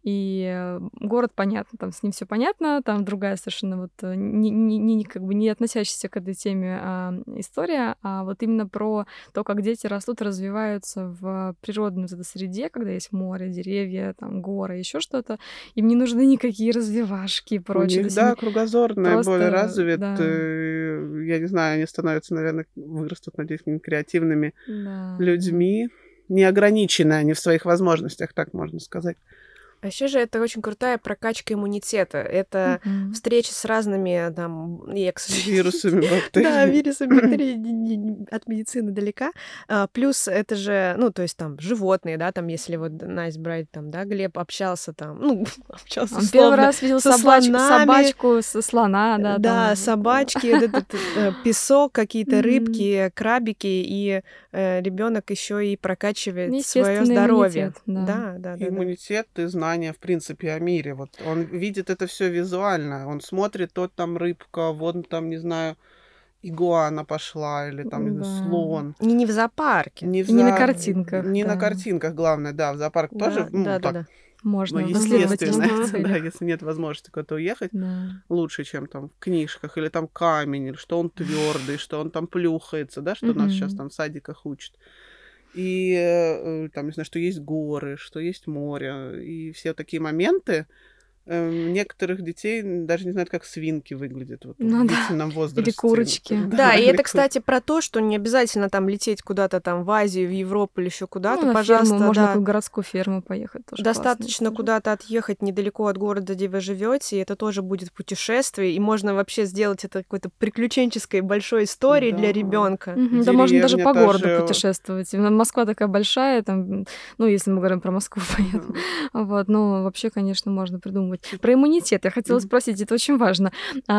и город понятно, там с ним все понятно, там другая совершенно вот как бы не относящаяся к этой теме история, а вот именно про то, как дети растут, развиваются в природной вот этой среде, когда есть море, деревья, там горы, еще что-то, им не нужны никакие развивашки и У прочее. То них, есть да, они кругозор наиболее просто, развит. да, Я не знаю, они становятся, наверное, вырастут, надеюсь, креативными да. людьми. Не ограничены они в своих возможностях, так можно сказать. А еще же это очень крутая прокачка иммунитета. Это Мгм. встречи с разными там Вирусами, бактериями. Да, вирусами, бактерии от медицины далека. Плюс это же, то есть там животные, да, там если вот Настя брать, там, да, Глеб общался там, общался Он первый условно раз видел со слонами. собачку со слона, да, Да, там. собачки, вот этот песок, какие-то Мгм. рыбки, крабики, и ребенок еще и прокачивает свое Естественный здоровье. иммунитет, да. Да. Иммунитет и знания, в принципе, о мире. Вот он видит это все визуально. Он смотрит, тот там рыбка, вон там, не знаю, игуана пошла, или там, не знаю, Да. слон. Не в зоопарке. Не в И не на зоо- картинках, Не на да. картинках, главное, да, в зоопарк тоже, Да. Можно в естественно, исследовательских да, целях. если нет возможности куда-то уехать, Да. лучше, чем там в книжках, или там камень, или что он твердый, что он там плюхается, да, что нас сейчас Мгм. там в садиках учат. И там, не знаю, что есть горы, что есть море, и все такие моменты. Некоторых детей даже не знают, как свинки выглядят вот в Ну да. длительном возрасте. Или курочки. Да, и или это, кстати, про то, что не обязательно там лететь куда-то там в Азию, в Европу или еще куда-то. На Пожалуйста, ферму, можно да. на какую-то городскую ферму поехать тоже. Достаточно классная история. куда-то отъехать недалеко от города, где вы живете, и это тоже будет путешествие, и можно вообще сделать это какой-то приключенческой большой историей для Да. ребенка. Мгм. Да можно даже Деревня по городу тоже. путешествовать. Москва такая большая, там, если мы говорим про Москву, понятно. Вот, но вообще, конечно, можно придумывать. Про иммунитет я хотела спросить, это очень важно.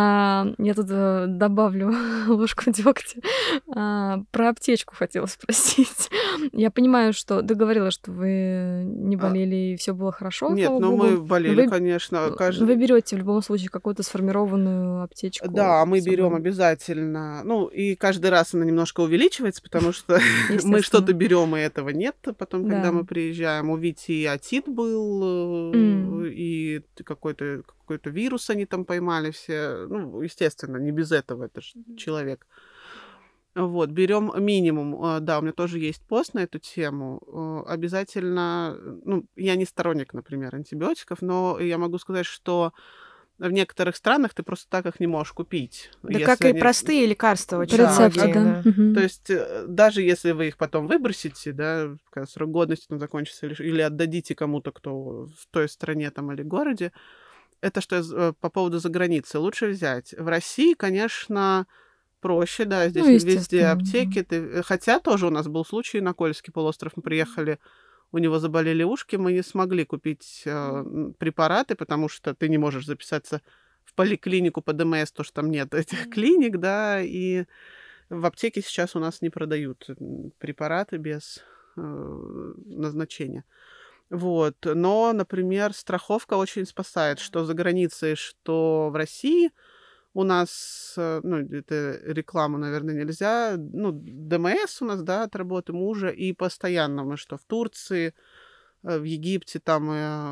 Я тут добавлю ложку дегтя. Про аптечку хотела спросить. Я понимаю, что ты говорила, что вы не болели, и все было хорошо, Нет, слава но богу. мы болели, вы- конечно. Вы берете в любом случае какую-то сформированную аптечку. Да, мы с собой. берем обязательно. И каждый раз она немножко увеличивается, потому что мы Естественно. что-то берем, и этого нет. Потом, когда Да. мы приезжаем, у Вити атит был, и какой-то вирус они там поймали все. Естественно, не без этого, это же человек. Вот, берем минимум. Да, у меня тоже есть пост на эту тему. Обязательно, я не сторонник, например, антибиотиков, но я могу сказать, что в некоторых странах ты просто так их не можешь купить. Да, если как и они- простые лекарства. По очень Да, рецепту, многие, да. Мгм. То есть даже если вы их потом выбросите, да, когда срок годности там закончится, или отдадите кому-то, кто в той стране там или городе, это что по поводу заграницы. Лучше взять. В России, конечно, проще, да, здесь везде естественно. аптеки. Хотя тоже у нас был случай на Кольский полуостров, мы приехали у него заболели ушки, мы не смогли купить препараты, потому что ты не можешь записаться в поликлинику по ДМС, то, что там нет этих клиник, да, и в аптеке сейчас у нас не продают препараты без назначения. Вот. Но, например, страховка очень спасает, что за границей, что в России. У нас, ну, это рекламу, наверное, нельзя. Ну, ДМС у нас, да, от работы мужа, и постоянно мы что в Турции, в Египте, там,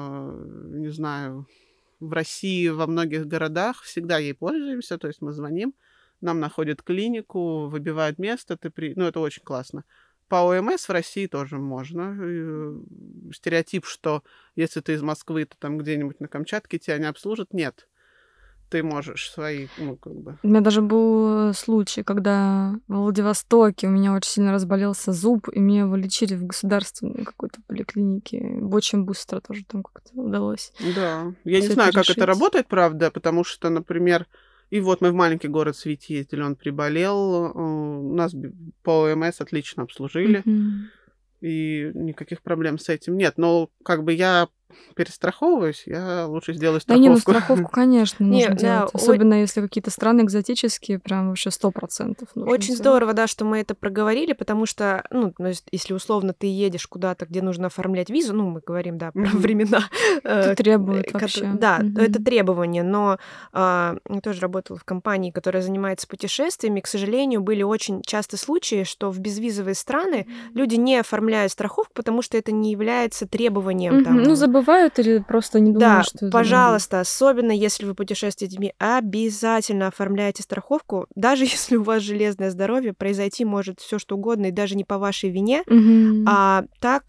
не знаю, в России, во многих городах всегда ей пользуемся, то есть мы звоним, нам находят клинику, выбивают место, ну, это очень классно. По ОМС в России тоже можно. Стереотип, что если ты из Москвы, то там где-нибудь на Камчатке тебя не обслужат, нет. Ты можешь свои, ну, как бы... У меня даже был случай, когда в Владивостоке у меня очень сильно разболелся зуб, и меня его лечили в государственной какой-то поликлинике. Очень быстро тоже там как-то удалось. Да. Я не всё знаю, это как это решить. работает, правда, потому что, например, и вот мы в маленький город Свити ездили, он приболел, нас по ОМС отлично обслужили, Мгм. и никаких проблем с этим нет. Но как бы я перестраховываюсь, я лучше сделаю Да не, ну страховку. страховку, конечно, Не, нужно да, делать. Особенно если какие-то страны экзотические, прям вообще 100% нужно Очень делать. здорово, да, что мы это проговорили, потому что, ну, то есть, если условно ты едешь куда-то, где нужно оформлять визу, ну, мы говорим, да, про Мгм. времена, Это требует кото- вообще. да, это Мгм. требование, но я тоже работала в компании, которая занимается путешествиями. К сожалению, были очень часто случаи, что в безвизовые страны люди не оформляют страховку, потому что это не является требованием Мгм. Ну, там. забывают или просто не думают, Да, что это... пожалуйста, особенно если вы путешествуете с детьми, обязательно оформляйте страховку. Даже если у вас железное здоровье, произойти может все что угодно, и даже не по вашей вине. Мгм. А так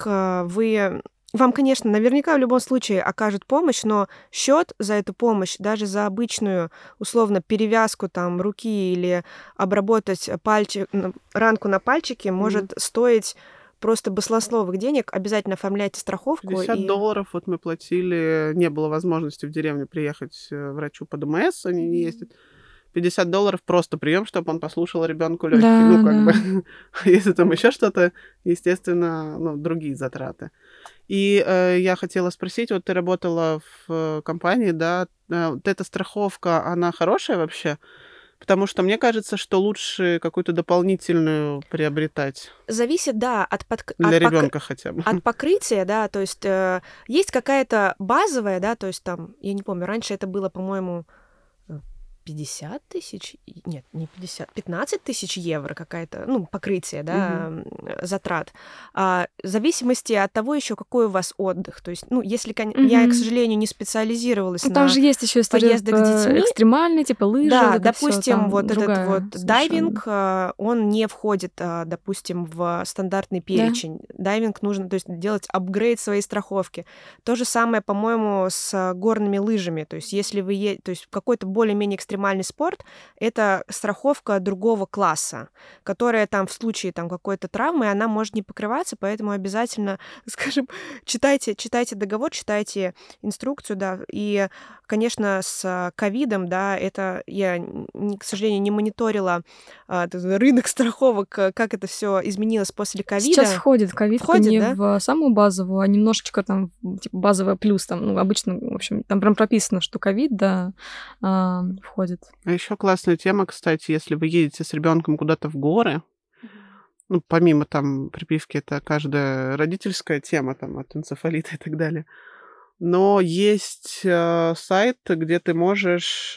вам, конечно, наверняка в любом случае окажут помощь, но счет за эту помощь, даже за обычную, условно, перевязку там руки или обработать ранку на пальчике, может стоить просто баснословных денег. Обязательно оформляйте страховку. $50 вот мы платили, не было возможности в деревню приехать врачу по ДМС, они не ездят. $50 просто прием, чтобы он послушал ребенку легкие. Да, Ну, как бы, да. если там еще что-то, естественно, ну, другие затраты. И я хотела спросить, вот ты работала в компании, да, вот эта страховка, она хорошая вообще? Потому что мне кажется, что лучше какую-то дополнительную приобретать Зависит, да, для ребенка хотя бы. от покрытия, да, то есть есть какая-то базовая, да, то есть там, я не помню, раньше это было, по-моему, 50 тысяч, нет, не 50, 15 тысяч евро какая-то, ну, покрытие, да, затрат. В зависимости от того еще, какой у вас отдых. То есть, ну, если я, к сожалению, не специализировалась Ну, там на же есть еще история поездок с детьми. экстремальные, типа лыжи, Да, вот это всё, допустим, там вот этот другая вот совершенно. дайвинг, он не входит, допустим, в стандартный Да. перечень. Дайвинг нужно, то есть, делать апгрейд своей страховки. То же самое, по-моему, с горными лыжами. То есть, если вы то есть какой-то более-менее экстремальный спорт, это страховка другого класса, которая там в случае там какой-то травмы, она может не покрываться, поэтому обязательно, скажем, читайте договор, читайте инструкцию, да, и, конечно, с ковидом, да, это я, к сожалению, не мониторила рынок страховок, как это все изменилось после Сейчас ковида. входит ковидка Входит, не да? в самую базовую, а немножечко там, типа, базовая плюс. Там, ну, обычно, в общем, там прям прописано, что ковид, да, входит. А еще классная тема, кстати, если вы едете с ребенком куда-то в горы, ну, помимо там приписки, это каждая родительская тема, там, от энцефалита и так далее. Но есть сайт, где ты можешь,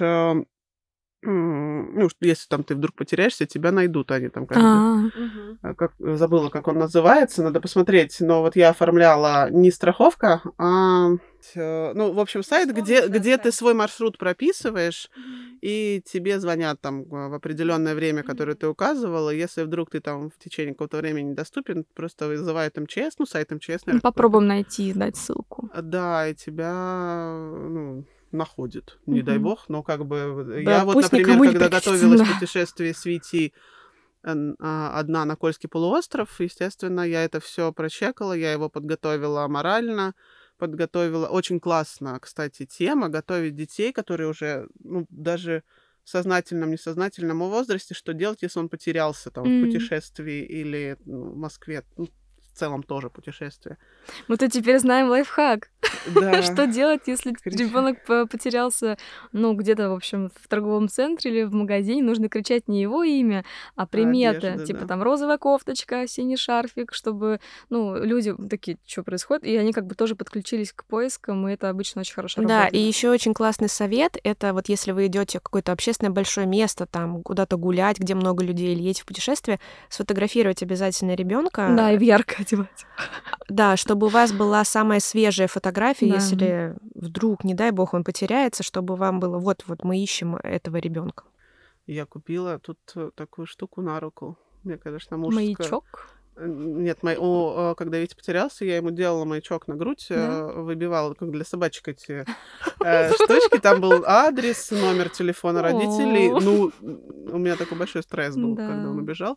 ну, если там ты вдруг потеряешься, тебя найдут, они там каждый. Забыла, как он называется, надо посмотреть. Но вот я оформляла не страховка, ну, в общем, сайт, где ты свой маршрут прописываешь, и тебе звонят там в определенное время, которое ты указывала. Если вдруг ты там в течение какого-то времени недоступен, просто вызывают МЧС, ну, сайт МЧС, наверное, Попробуем найти, дать ссылку. да, и тебя, ну, находит, не дай бог, но как бы Да, я вот, пусть например, никому не когда прикатится. готовилась Да. к путешествию с Вити одна на Кольский полуостров, естественно, я это все прочекала, я его подготовила морально, подготовила. Очень классно, кстати, тема готовить детей, которые уже, ну, даже в сознательном, несознательном возрасте, что делать, если он потерялся там в путешествии или в Москве. Ну, в целом тоже путешествие. Мы тут теперь знаем лайфхак. Да. Что делать, если Кричать. ребенок потерялся, ну, где-то, в общем, в торговом центре или в магазине? Нужно кричать не его имя, а приметы. Одежда, Типа да. там розовая кофточка, синий шарфик, чтобы, ну, люди такие, что происходит? И они как бы тоже подключились к поискам, и это обычно очень хорошо Да, и работает. еще очень классный совет — это вот если вы идете в какое-то общественное большое место, там куда-то гулять, где много людей, или едете в путешествие, сфотографировать обязательно ребенка. Да, и в ярко одевать. Да, чтобы у вас была самая свежая фотография, Да. если вдруг, не дай бог, он потеряется, чтобы вам было вот мы ищем этого ребенка. Я купила тут такую штуку на руку. Мне, конечно, мужская. Маячок. Нет, когда Витя потерялся, я ему делала маячок на грудь, Да? выбивала, как для собачек эти штучки. Там был адрес, номер телефона родителей. О. Ну, у меня такой большой стресс был, Да. когда он убежал.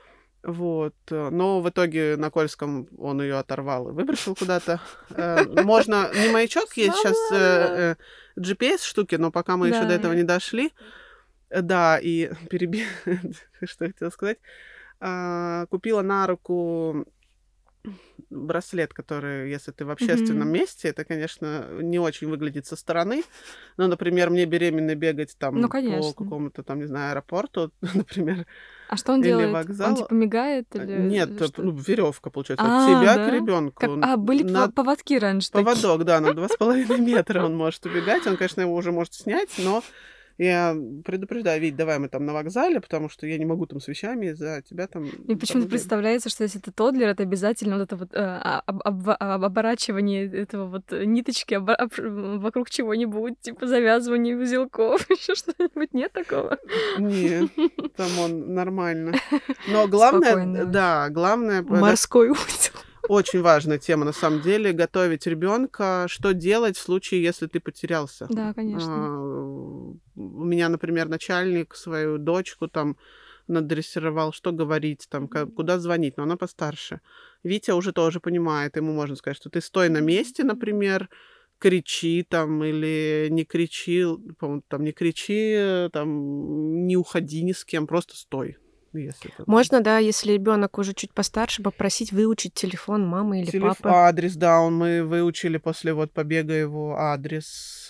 Вот. Но в итоге на Кольском он ее оторвал и выбросил куда-то. Можно... Не маячок, есть сейчас GPS-штуки, но пока мы еще до Да. этого не дошли. Да, и что я хотела сказать. Купила на руку браслет, который, если ты в общественном Мгм. месте, это, конечно, не очень выглядит со стороны. Но, например, мне беременной бегать Ну, там по конечно. какому-то там, не знаю, аэропорту, например, А что он или делает? Он вокзалу. типа мигает или Нет, что? веревка, получается, от А, тебя к да? ребенку. Были На поводки раньше такие. поводок, да, на 2,5 метра он может убегать. Он, конечно, его уже может снять, но я предупреждаю: Вить, давай мы там на вокзале, потому что я не могу там с вещами из-за тебя там. Мне почему-то представляется, что если ты тоддлер, это обязательно вот это вот оборачивание этого вот ниточки вокруг чего-нибудь, типа завязывание узелков, еще что-нибудь. Нет такого? Нет, там он нормально. Но главное, Спокойно. да, главное, Морской узел. очень важная тема на самом деле, готовить ребенка, что делать в случае, если ты потерялся. Да, конечно. У меня, например, начальник свою дочку там надрессировал, что говорить, там, куда звонить, но она постарше. Витя уже тоже понимает, ему можно сказать, что ты стой на месте, например, кричи там или не кричи, по-моему, там не кричи, там не уходи ни с кем, просто стой. Если это... Можно, да, если ребенок уже чуть постарше, попросить выучить телефон мамы или папы. Адрес, да, мы выучили после вот побега его адрес.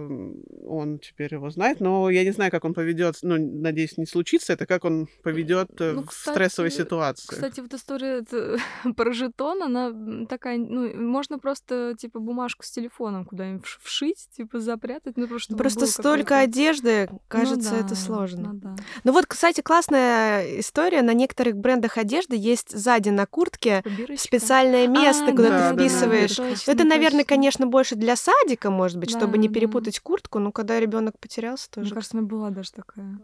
Он теперь его знает, но я не знаю, как он поведет. Ну, надеюсь, не случится это, как он поведет Ну, в стрессовой ситуации. Кстати, вот история про жетон, она такая, ну, можно просто, типа, бумажку с телефоном куда-нибудь вшить, типа, запрятать, ну, просто чтобы Просто был столько какой-то... одежды, Ну кажется, да, это сложно. ну да. Ну вот, кстати, классная история. На некоторых брендах одежды есть сзади на куртке Бирочка. специальное место, куда да, ты да, вписываешь. точно, Это, наверное, точно. конечно, больше для садика, может быть, чтобы не Да, перепутать куртку, но когда ребенок потерялся, Мне тоже. кажется, у меня была даже такая.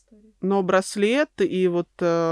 Но браслет и вот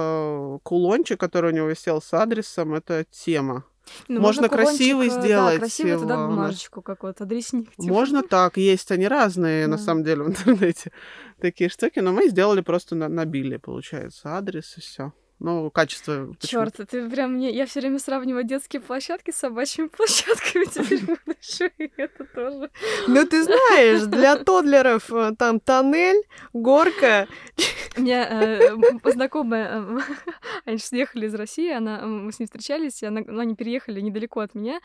кулончик, который у него висел с адресом, это тема. Ну, Можно красивый кулончик, сделать Да, красивый, туда его. бумажечку какой-то, адресник. Типа. Можно так, есть они разные, на Да. самом деле, в интернете, такие штуки, но мы сделали просто, набили, получается, адрес и все. Ну, качество... Черт, ты прям мне... Я все время сравниваю детские площадки с собачьими площадками, теперь буду еще и это тоже. Ну, ты знаешь, для тоддлеров там тоннель, горка. У меня знакомая, они же съехали из России, мы с ней встречались, и они переехали недалеко от меня,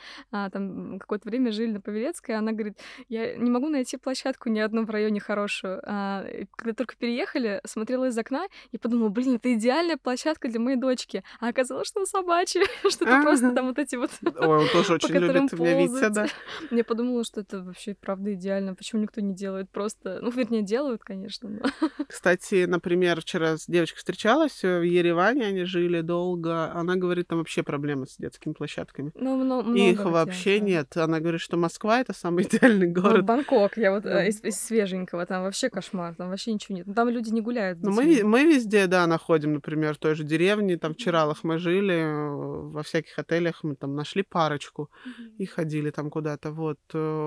там какое-то время жили на Павелецкой, она говорит, я не могу найти площадку ни одну в районе хорошую. Когда только переехали, смотрела из окна и подумала, блин, это идеальная площадка для моей дочки. А оказалось, что она собачья, что это просто там вот эти вот... Ой, он тоже по очень которым любит меня Витя, ползать. да. Я подумала, что это вообще правда идеально. Почему никто не делает просто... Ну, вернее, делают, конечно, но... Кстати, например, вчера с девочкой встречалась в Ереване, они жили долго. Она говорит, там вообще проблемы с детскими площадками. Ну, много Их где, вообще да. нет. Она говорит, что Москва — это самый идеальный Ну, город. Бангкок, я вот Да. из свеженького, там вообще кошмар, там вообще ничего нет. Ну, там люди не гуляют с Ну, детьми. мы везде, да, находим, например, в той же деревне, там в Чиралах мы жили, во всяких отелях мы там нашли парочку и ходили там куда-то. Вот.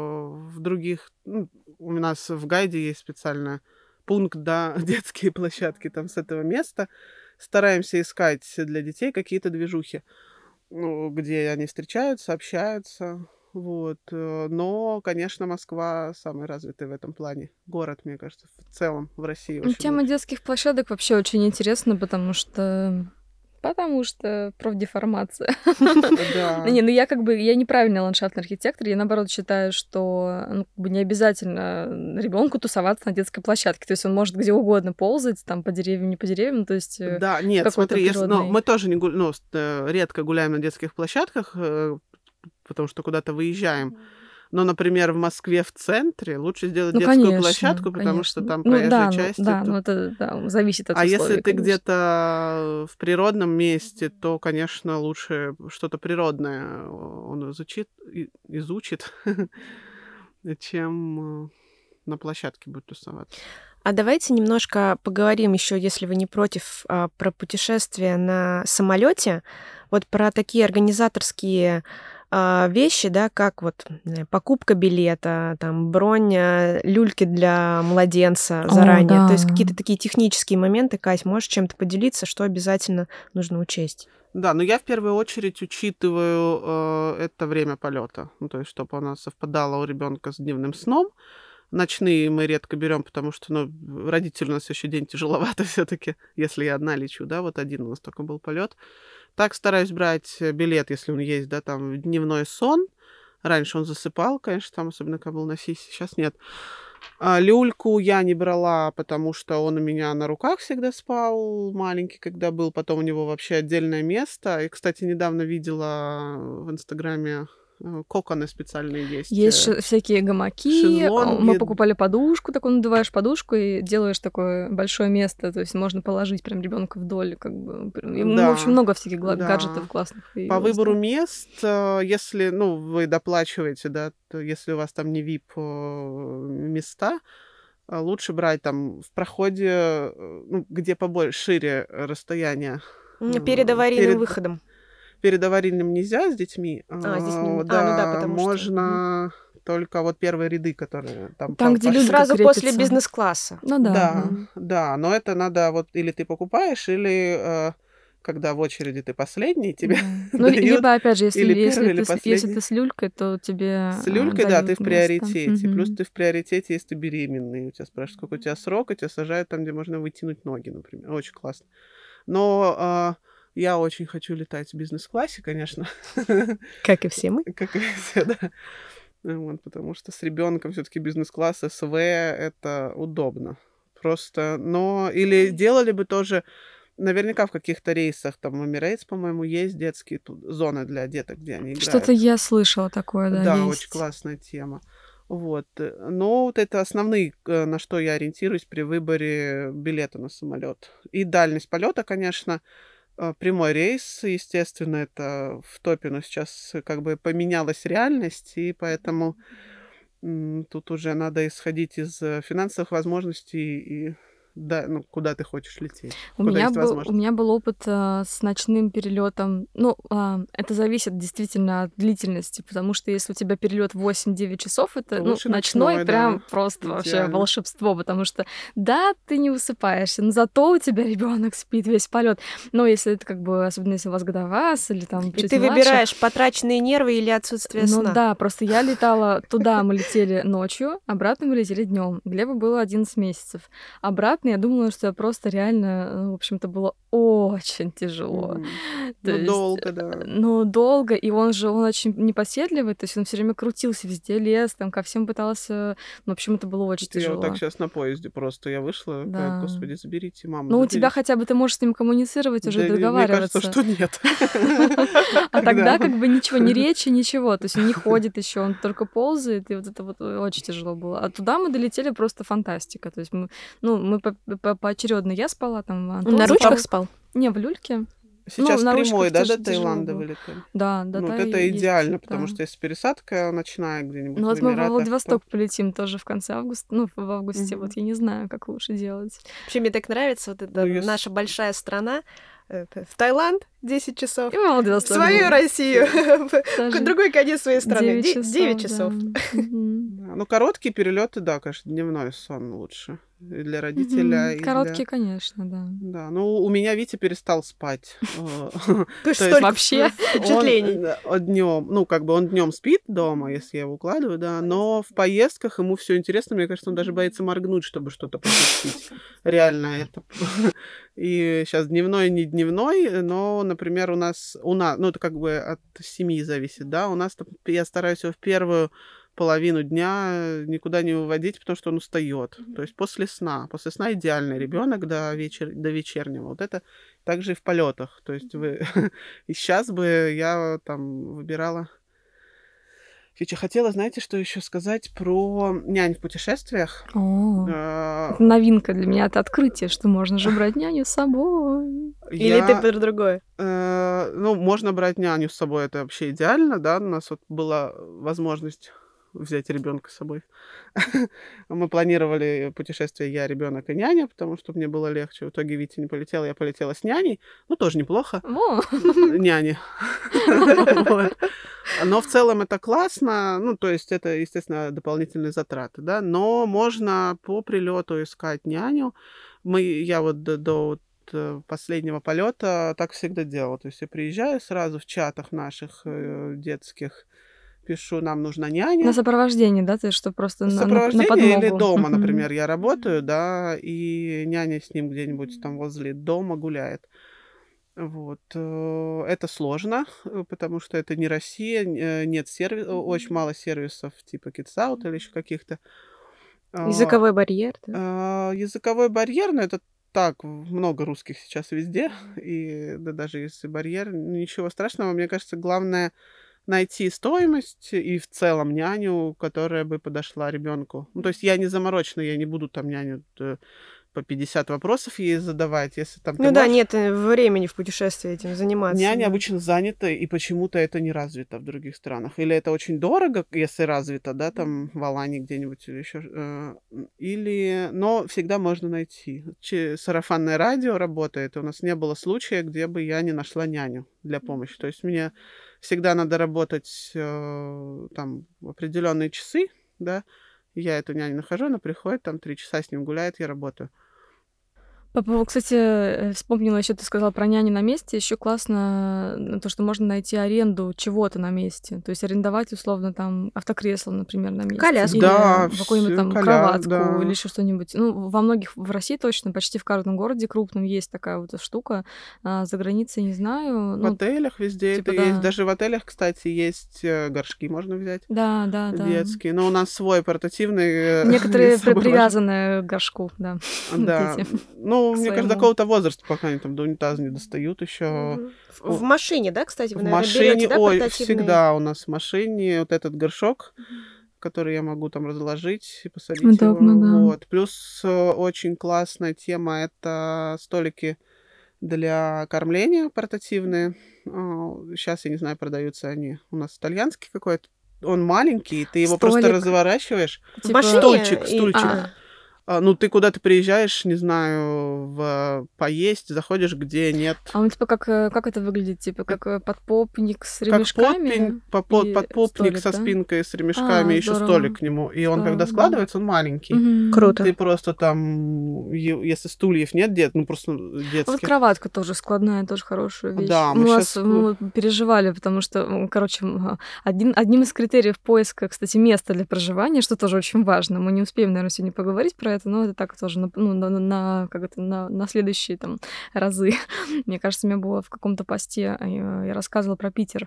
В других... Ну, у нас в гайде есть специально пункт, да, детские площадки там с этого места. Стараемся искать для детей какие-то движухи, ну, где они встречаются, общаются. Вот. Но, конечно, Москва самый развитый в этом плане город, мне кажется, в целом в России. Ну, Очень тема лучше. детских площадок вообще очень интересна, потому что Потому что профдеформация. Да. Не, ну я неправильный ландшафтный архитектор. Я, наоборот, считаю, что не обязательно ребенку тусоваться на детской площадке. То есть он может где угодно ползать, там, по деревьям, не по деревьям. То есть Да, нет, смотри, мы тоже редко гуляем на детских площадках, потому что куда-то выезжаем. Но, например, в Москве в центре лучше сделать детскую площадку, потому что там проезжая часть. Да, это зависит от условий. А если ты где-то в природном месте, то, конечно, лучше что-то природное он изучит, чем на площадке будет тусоваться. А давайте немножко поговорим еще, если вы не против, про путешествия на самолете, вот про такие организаторские вещи, да, как вот покупка билета, там, бронь люльки для младенца заранее. Да. То есть какие-то такие технические моменты. Кать, можешь чем-то поделиться, что обязательно нужно учесть? Да, но я в первую очередь учитываю это время полета, ну, то есть чтобы оно совпадало у ребенка с дневным сном. Ночные мы редко берем, потому что, родители у нас еще день тяжеловато все-таки, если я одна лечу, да, вот один у нас только был полет. Так стараюсь брать билет, если он есть, да, там, в дневной сон. Раньше он засыпал, конечно, там, особенно когда был на СИСе, сейчас нет. Люльку я не брала, потому что он у меня на руках всегда спал, маленький, когда был. Потом у него вообще отдельное место. И, кстати, недавно видела в Инстаграме коконы специальные есть. Есть всякие гамаки. Шезлонги. Мы покупали подушку, такую надуваешь подушку и делаешь такое большое место, то есть можно положить прям ребенка вдоль, как бы. Да. В общем, много всяких гаджетов классных. По выбору мест, если, вы доплачиваете, да, то если у вас там не VIP места, лучше брать там в проходе, где шире расстояние. Перед аварийным выходом. Перед аварийным нельзя с детьми. Здесь не... Да, потому можно только вот первые ряды, которые там... Там, где люди сразу после бизнес-класса. Ну да. Да, но это надо или ты покупаешь, или когда в очереди ты последний, тебе дают, либо, опять же, если ты с люлькой, то тебе с люлькой, да, ты в приоритете. Место. Плюс ты в приоритете, если ты беременный. У тебя спрашивают, сколько у тебя срок, и тебя сажают там, где можно вытянуть ноги, например. Очень классно. Но... я очень хочу летать в бизнес-классе, конечно. Как и все мы. Как и все, да. Потому что с ребенком все-таки бизнес-класс, СВ, это удобно. Просто, или делали бы тоже, наверняка в каких-то рейсах, там в Emirates, по-моему, есть детские зоны для деток, где они играют. Что-то я слышала такое, да, Да, есть. очень классная тема. Но вот это основные, на что я ориентируюсь при выборе билета на самолет. И дальность полета, конечно, прямой рейс, естественно, это в топе, но сейчас как бы поменялась реальность, и поэтому тут уже надо исходить из финансовых возможностей и куда ты хочешь лететь. У меня был опыт с ночным перелетом. Это зависит действительно от длительности, потому что если у тебя перелет 8-9 часов, это ночной прям просто вообще волшебство, потому что да, ты не высыпаешься, но зато у тебя ребенок спит весь полет. Но если это особенно если у вас годовас или там и ты выбираешь потраченные нервы или отсутствие сна. Ну да, просто я летала туда, мы летели ночью, обратно мы летели днем. Глебу было 11 месяцев. Обратно я думала, что я просто реально, в общем-то, было очень тяжело. Долго, да. Долго, и он очень непоседливый, то есть он все время крутился везде, лез, там ко всем пытался, в общем, это было очень тяжело. Я вот так сейчас на поезде просто, я вышла, господи, заберите маму. Ну, у тебя хотя бы ты можешь с ним коммуницировать, уже договариваться. Мне кажется, что нет. А тогда ничего, ни речи, ничего, то есть он не ходит еще, он только ползает, и вот это вот очень тяжело было. А туда мы долетели просто фантастика, то есть мы поочередно я спала, там Антон на ручках спал? Не, в люльке. Сейчас прямой, да, до Таиланда вылетали? Да. Это идеально, потому что если пересадка ночная где-нибудь в мы во Владивосток полетим тоже в конце августа, в августе, вот я не знаю, как лучше делать. Вообще, мне так нравится вот эта наша большая страна, в Таиланд 10 часов, в свою Россию, в другой конец своей страны 9 часов. Короткие перелеты, да, конечно, дневной сон лучше. и для родителя, и Короткие, для... конечно, да. Да, ну, у меня Витя перестал спать. То есть То есть столько вообще впечатлений. он днем, ну, как бы он днем спит дома, если я его укладываю, да, но в поездках ему все интересно. Мне кажется, он даже боится моргнуть, чтобы что-то пропустить. Реально это. И сейчас дневной, не дневной, но, например, у нас, ну, это как бы от семьи зависит, да, у нас, я стараюсь его в первую половину дня никуда не выводить, потому что он устает. То есть после сна идеальный ребенок до вечернего. Вот это также и в полетах. То есть и сейчас бы я там выбирала. Хотела, знаете, что еще сказать про нянь в путешествиях? Это новинка для меня, это открытие, что можно же брать няню с собой. Или ты про другое? Ну, можно брать няню с собой, это вообще идеально, да. У нас вот была возможность взять ребенка с собой. Мы планировали путешествие я, ребенок и няня, потому что мне было легче. В итоге Витя не полетела, я полетела с няней. Ну, тоже неплохо. Няни. Но в целом это классно. Ну, то есть это, естественно, дополнительные затраты, да. Но можно по прилету искать няню. Я вот до последнего полета так всегда делала. То есть я приезжаю сразу в чатах наших детских, пишу, нам нужна няня. На сопровождение, да? То есть, что просто на Сопровождение подмогу. или дома, например, я работаю, да, и няня с ним где-нибудь там возле дома гуляет. Вот. Это сложно, потому что это не Россия, нет очень мало сервисов типа KidsOut или еще каких-то. Языковой барьер, да? Языковой барьер, но это так, много русских сейчас везде, и да, даже если барьер, ничего страшного. Мне кажется, главное найти стоимость и в целом няню, которая бы подошла ребенку. Ну, то есть я не заморочена, я не буду там няню по 50 вопросов ей задавать, если там... Ну да, нет времени в путешествии этим заниматься. Няня обычно занята, и почему-то это не развито в других странах. Или это очень дорого, если развито, да, там в Алании где-нибудь или еще. Но всегда можно найти. Сарафанное радио работает. У нас не было случая, где бы я не нашла няню для помощи. То есть мне всегда надо работать там в определенные часы, да. Я эту няню нахожу, она приходит, там 3 часа с ним гуляет, я работаю. По поводу, кстати, вспомнила еще, ты сказала про няни на месте. Еще классно то, что можно найти аренду чего-то на месте. То есть арендовать, условно, там автокресло, например, на месте. Коляску. Или Да, какую-нибудь там кроватку, или еще что-нибудь. Ну, во многих, в России точно, почти в каждом городе крупном есть такая вот штука. За границей не знаю. В отелях везде типа, это есть. Даже в отелях, кстати, есть горшки можно взять. Да. Детские. Но у нас свой портативный. Некоторые привязаны к горшку, да. Да. Ну, мне кажется, до какого-то возраста, пока они там до унитаза не достают еще. В машине, да, кстати, вы, В наверное, машине, берете, да, портативные? всегда у нас в машине вот этот горшок, который я могу там разложить и посадить Удобно, его. да. Вот. Плюс очень классная тема — это столики для кормления портативные. Сейчас, я не знаю, продаются они. У нас итальянский какой-то. Он маленький, ты его просто Столик. разворачиваешь. В машине? Стульчик. Ну, ты куда-то приезжаешь, не знаю, поесть, заходишь, где нет. А он типа как это выглядит? Типа как подпопник с ремешками? Как подпопник столик, со да? спинкой, с ремешками, еще здорово. столик к нему. И он, когда складывается, он маленький. Круто. Ты просто там, если стульев нет, просто детских. Вот кроватка тоже складная, тоже хорошая вещь. Да, мы мы переживали, потому что, короче, одним из критериев поиска, кстати, места для проживания, что тоже очень важно. Мы не успеем, наверное, сегодня поговорить про это, но это так тоже на следующие там разы. Мне кажется, у меня было в каком-то посте, я рассказывала про Питер.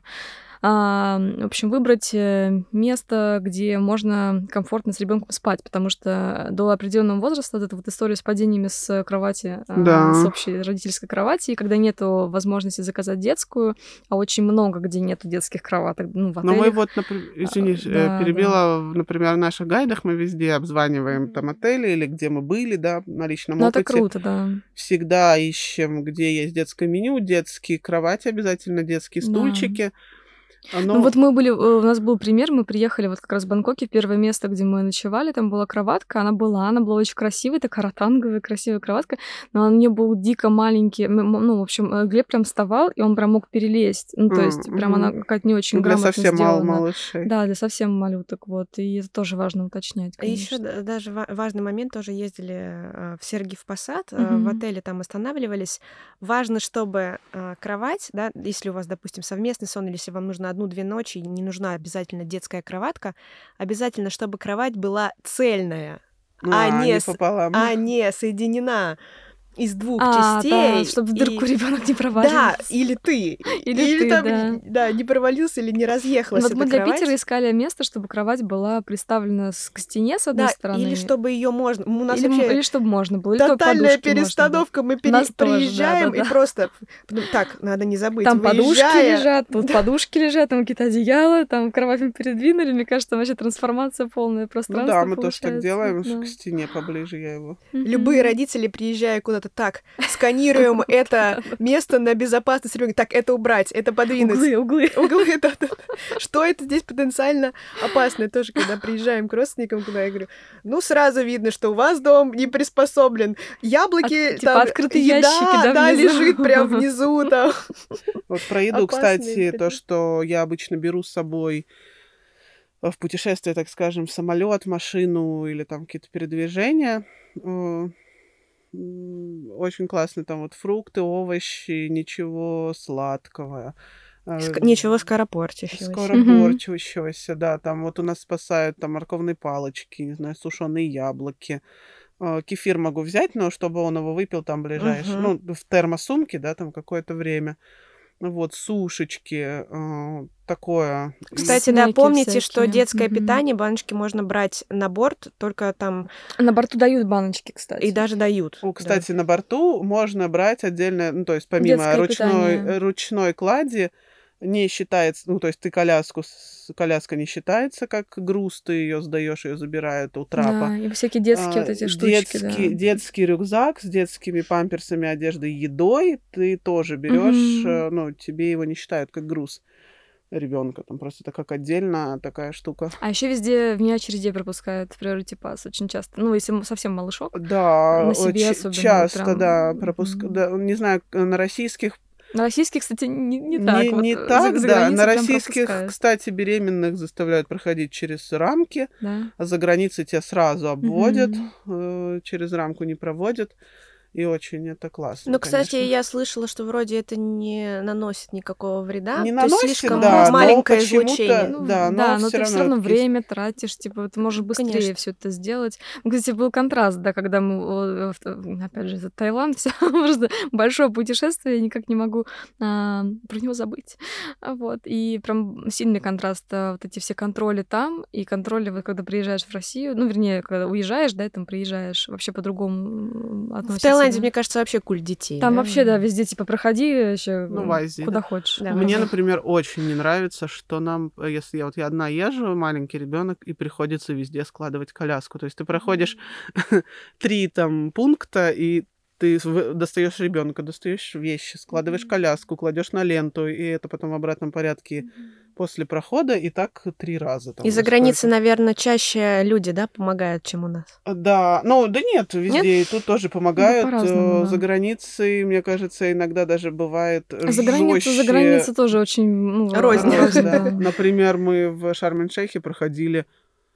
В общем, выбрать место, где можно комфортно с ребенком спать, потому что до определенного возраста вот эта вот история с падениями с кровати, с общей родительской кровати, и когда нету возможности заказать детскую, а очень много где нету детских кроваток, в отелях. Но мы вот, извини, перебила, например, в наших гайдах мы везде обзваниваем там отели или где мы были, да, на личном опыте. Это круто, да. Всегда ищем, где есть детское меню, детские кровати обязательно, детские стульчики. Ну вот мы были, у нас был пример, мы приехали вот как раз в Бангкоке, первое место, где мы ночевали, там была кроватка, она была очень красивая, такая ротанговая, красивая кроватка, но он не был дико маленький, ну, в общем, Глеб прям вставал, и он прям мог перелезть, ну, то есть прям она какая-то не очень Для грамотно совсем сделана. малышей. Да, для совсем малюток, вот, и это тоже важно уточнять, А еще конечно. даже важный момент, тоже ездили в Сергиев Посад, в Мгм. отеле там останавливались. Важно, чтобы кровать, да, если у вас, допустим, совместный сон, или если вам нужно 1-2 ночи, не нужна обязательно детская кроватка, обязательно, чтобы кровать была цельная, а не пополам. не соединена из 2 Да, частей. чтобы в дырку и- ребенок не Да, проваливался. или ты. Или ты, там, да. не провалился или не разъехалась Вот эта мы для кровать. Питера искали место, чтобы кровать была приставлена к стене с одной Да, стороны. или чтобы ее можно. У нас Или, вообще или чтобы можно было, или только тотальная подушки можно было. перестановка. Мы У нас тоже, приезжаем да-да-да. и просто... Так, надо не забыть. Там подушки выезжая- лежат, тут подушки лежат, там какие-то одеяла, там кровать мы передвинули. Мне кажется, там вообще трансформация полная, Ну пространство да, мы тоже так получается. делаем, Да. к стене поближе я его. Любые родители, приезжая куда-то, так, сканируем это место на безопасность ребенка. Так, это убрать, это подвинуть. Углы. Углы, да. Что это здесь потенциально опасное? Тоже, когда приезжаем к родственникам туда, я говорю, ну, сразу видно, что у вас дом не приспособлен. Яблоки, Типа там, открытые еда, ящики, да, внизу? лежит прям внизу, там. Вот про еду, Опасные кстати, то, предметы. что я обычно беру с собой в путешествие, так скажем, в самолет, в машину или там какие-то передвижения. Очень классно. Там вот фрукты, овощи, ничего сладкого. Ничего скоропортящегося. Скоропорчущегося, да. Там вот у нас спасают там морковные палочки, не знаю, сушеные яблоки. Кефир могу взять, но чтобы он его выпил там ближайшее. Ну, в термосумке, да, там какое-то время. Вот, сушечки, такое. Кстати, да, Снеки помните, что всякие. детское Мгм. питание, баночки можно брать на борт, только там На борту дают баночки, кстати. и даже дают. Кстати, на борту можно брать отдельно, ну, то есть помимо Детское питание. ручной клади не считается, ну, то есть ты коляска не считается как груз, ты ее сдаешь, ее забирают у трапа. Да, и всякие детские вот эти штучки, да. Детский рюкзак с детскими памперсами, одеждой, едой ты тоже берешь, Мгм. ну, тебе его не считают как груз ребенка, там просто это как отдельно такая штука. А еще везде вне очередей пропускают Priority Pass очень часто. Ну, если совсем малышок, Да, на себе особенно. часто, прям, да, мгм. да, не знаю, на российских На российских, кстати, не так. Вот, не за так, да. границей На прям российских, пропускают. кстати, беременных заставляют проходить через рамки, Да. а за границей тебя сразу обводят, Мгм. через рамку не проводят. И очень это классно, Ну, кстати, конечно. я слышала, что вроде это не наносит никакого вреда. Не То есть наносит, слишком да, но маленькое почему-то, излучение. Ну, да, да, но но все ты все равно равно это есть. время тратишь, типа, ты можешь быстрее Конечно. все это сделать. Ну, кстати, был контраст, да, когда мы, опять же, это Таиланд, все просто большое путешествие, я никак не могу про него забыть. Вот, и прям сильный контраст, вот эти все контроли там, и контроли, вот когда приезжаешь в Россию, ну, вернее, когда уезжаешь, да, и там приезжаешь, вообще по-другому В относятся. Таиланде, да. мне кажется, вообще культ детей. Там да? вообще, да, везде, типа, проходи еще Ну, в Азии, куда да. хочешь. Да, Мне, ага. например, очень не нравится, что нам, если я одна езжу, маленький ребенок, и приходится везде складывать коляску. То есть ты проходишь 3 там пункта, и ты достаешь ребенка, достаешь вещи, складываешь коляску, кладешь на ленту, и это потом в обратном порядке после прохода, и так 3 раза. Там, И за или границей, сколько. наверное, чаще люди, да, помогают, чем у нас. Да, ну да нет, везде и тут тоже помогают. по-разному, За да. границей, мне кажется, иногда даже бывает За границей жестче. тоже очень, ну, Рознь. рознь, Да. да. Например, мы в Шарм-эль-Шейхе проходили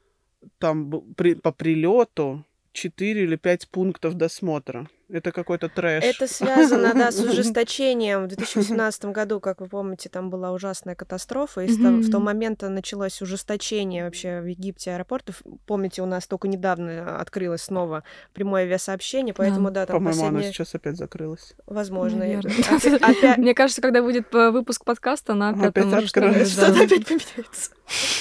там по прилету 4 или 5 пунктов досмотра. Это какой-то трэш. Это связано, да, с ужесточением. В 2018 году, как вы помните, там была ужасная катастрофа, и в тот момент началось ужесточение вообще в Египте аэропортов. Помните, у нас только недавно открылось снова прямое авиасообщение, поэтому, да, там По-моему, оно последнее... сейчас опять закрылось. Возможно. Наверно. Опять Мне кажется, когда будет выпуск подкаста, она опять Опять может откроется. что-нибудь, что-то да. опять поменяется.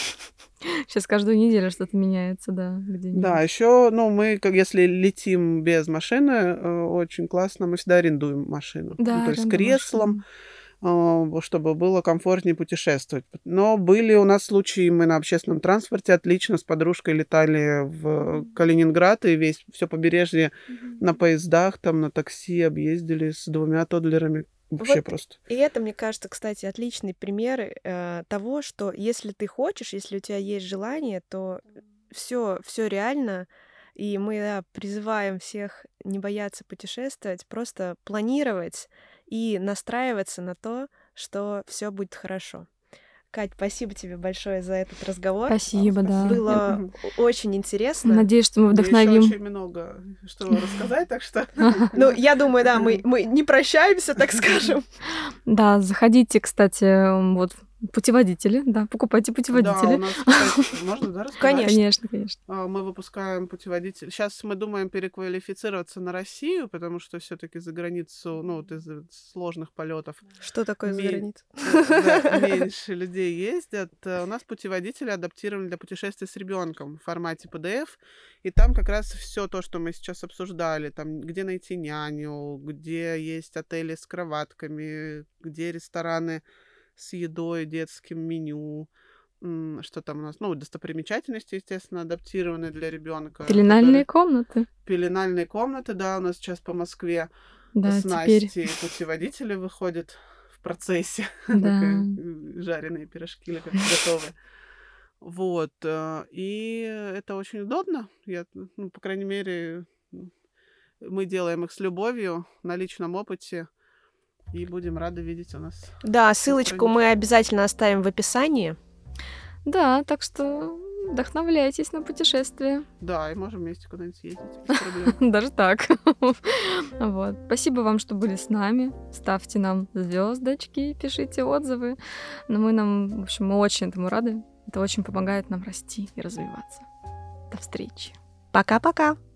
Сейчас каждую неделю что-то меняется, да, где-нибудь. Да, еще, ну, мы, если летим без машины, очень классно, мы всегда арендуем машину. Да, Ну, то есть с аренда креслом, машин. чтобы было комфортнее путешествовать. Но были у нас случаи, мы на общественном транспорте отлично с подружкой летали в Калининград, и все побережье на поездах, там, на такси объездили с 2 тоддлерами. вообще Вот. просто. И это, мне кажется, кстати, отличный пример того, что если ты хочешь, если у тебя есть желание, то все реально. И мы призываем всех не бояться путешествовать, просто планировать и настраиваться на то, что все будет хорошо. Кать, спасибо тебе большое за этот разговор. Спасибо, да. Было очень интересно. Надеюсь, что мы Мне еще вдохновим. очень много что рассказать, так что... Ну, я думаю, да, мы не прощаемся, так скажем. Да, заходите, кстати, вот путеводители, да, покупайте Да, у путеводители. нас, кстати, можно, да, рассказать? Конечно. Конечно. Мы выпускаем путеводитель. Сейчас мы думаем переквалифицироваться на Россию, потому что все-таки за границу, ну, вот из-за сложных полетов Что такое за граница? меньше людей ездят. У нас путеводители адаптированы для путешествий с ребенком в формате PDF, и там как раз все то, что мы сейчас обсуждали, там, где найти няню, где есть отели с кроватками, где рестораны с едой, детским меню. Что там у нас? Ну, достопримечательности, естественно, адаптированы для ребенка. Пеленальные комнаты. Пеленальные комнаты, да, у нас сейчас по Москве Да, с теперь. Настей путеводители выходят в процессе. Да. Жареные пирожки или как готовы. Вот. И это очень удобно. Ну, по крайней мере, мы делаем их с любовью, на личном опыте. И будем рады видеть у нас. Да, ссылочку мы обязательно оставим в описании. Да, так что вдохновляйтесь на путешествие. Да, и можем вместе куда-нибудь ездить, без проблем. Даже так. Вот. Спасибо вам, что были с нами. Ставьте нам звездочки, пишите отзывы. Но в общем, мы очень этому рады. Это очень помогает нам расти и развиваться. До встречи. Пока-пока.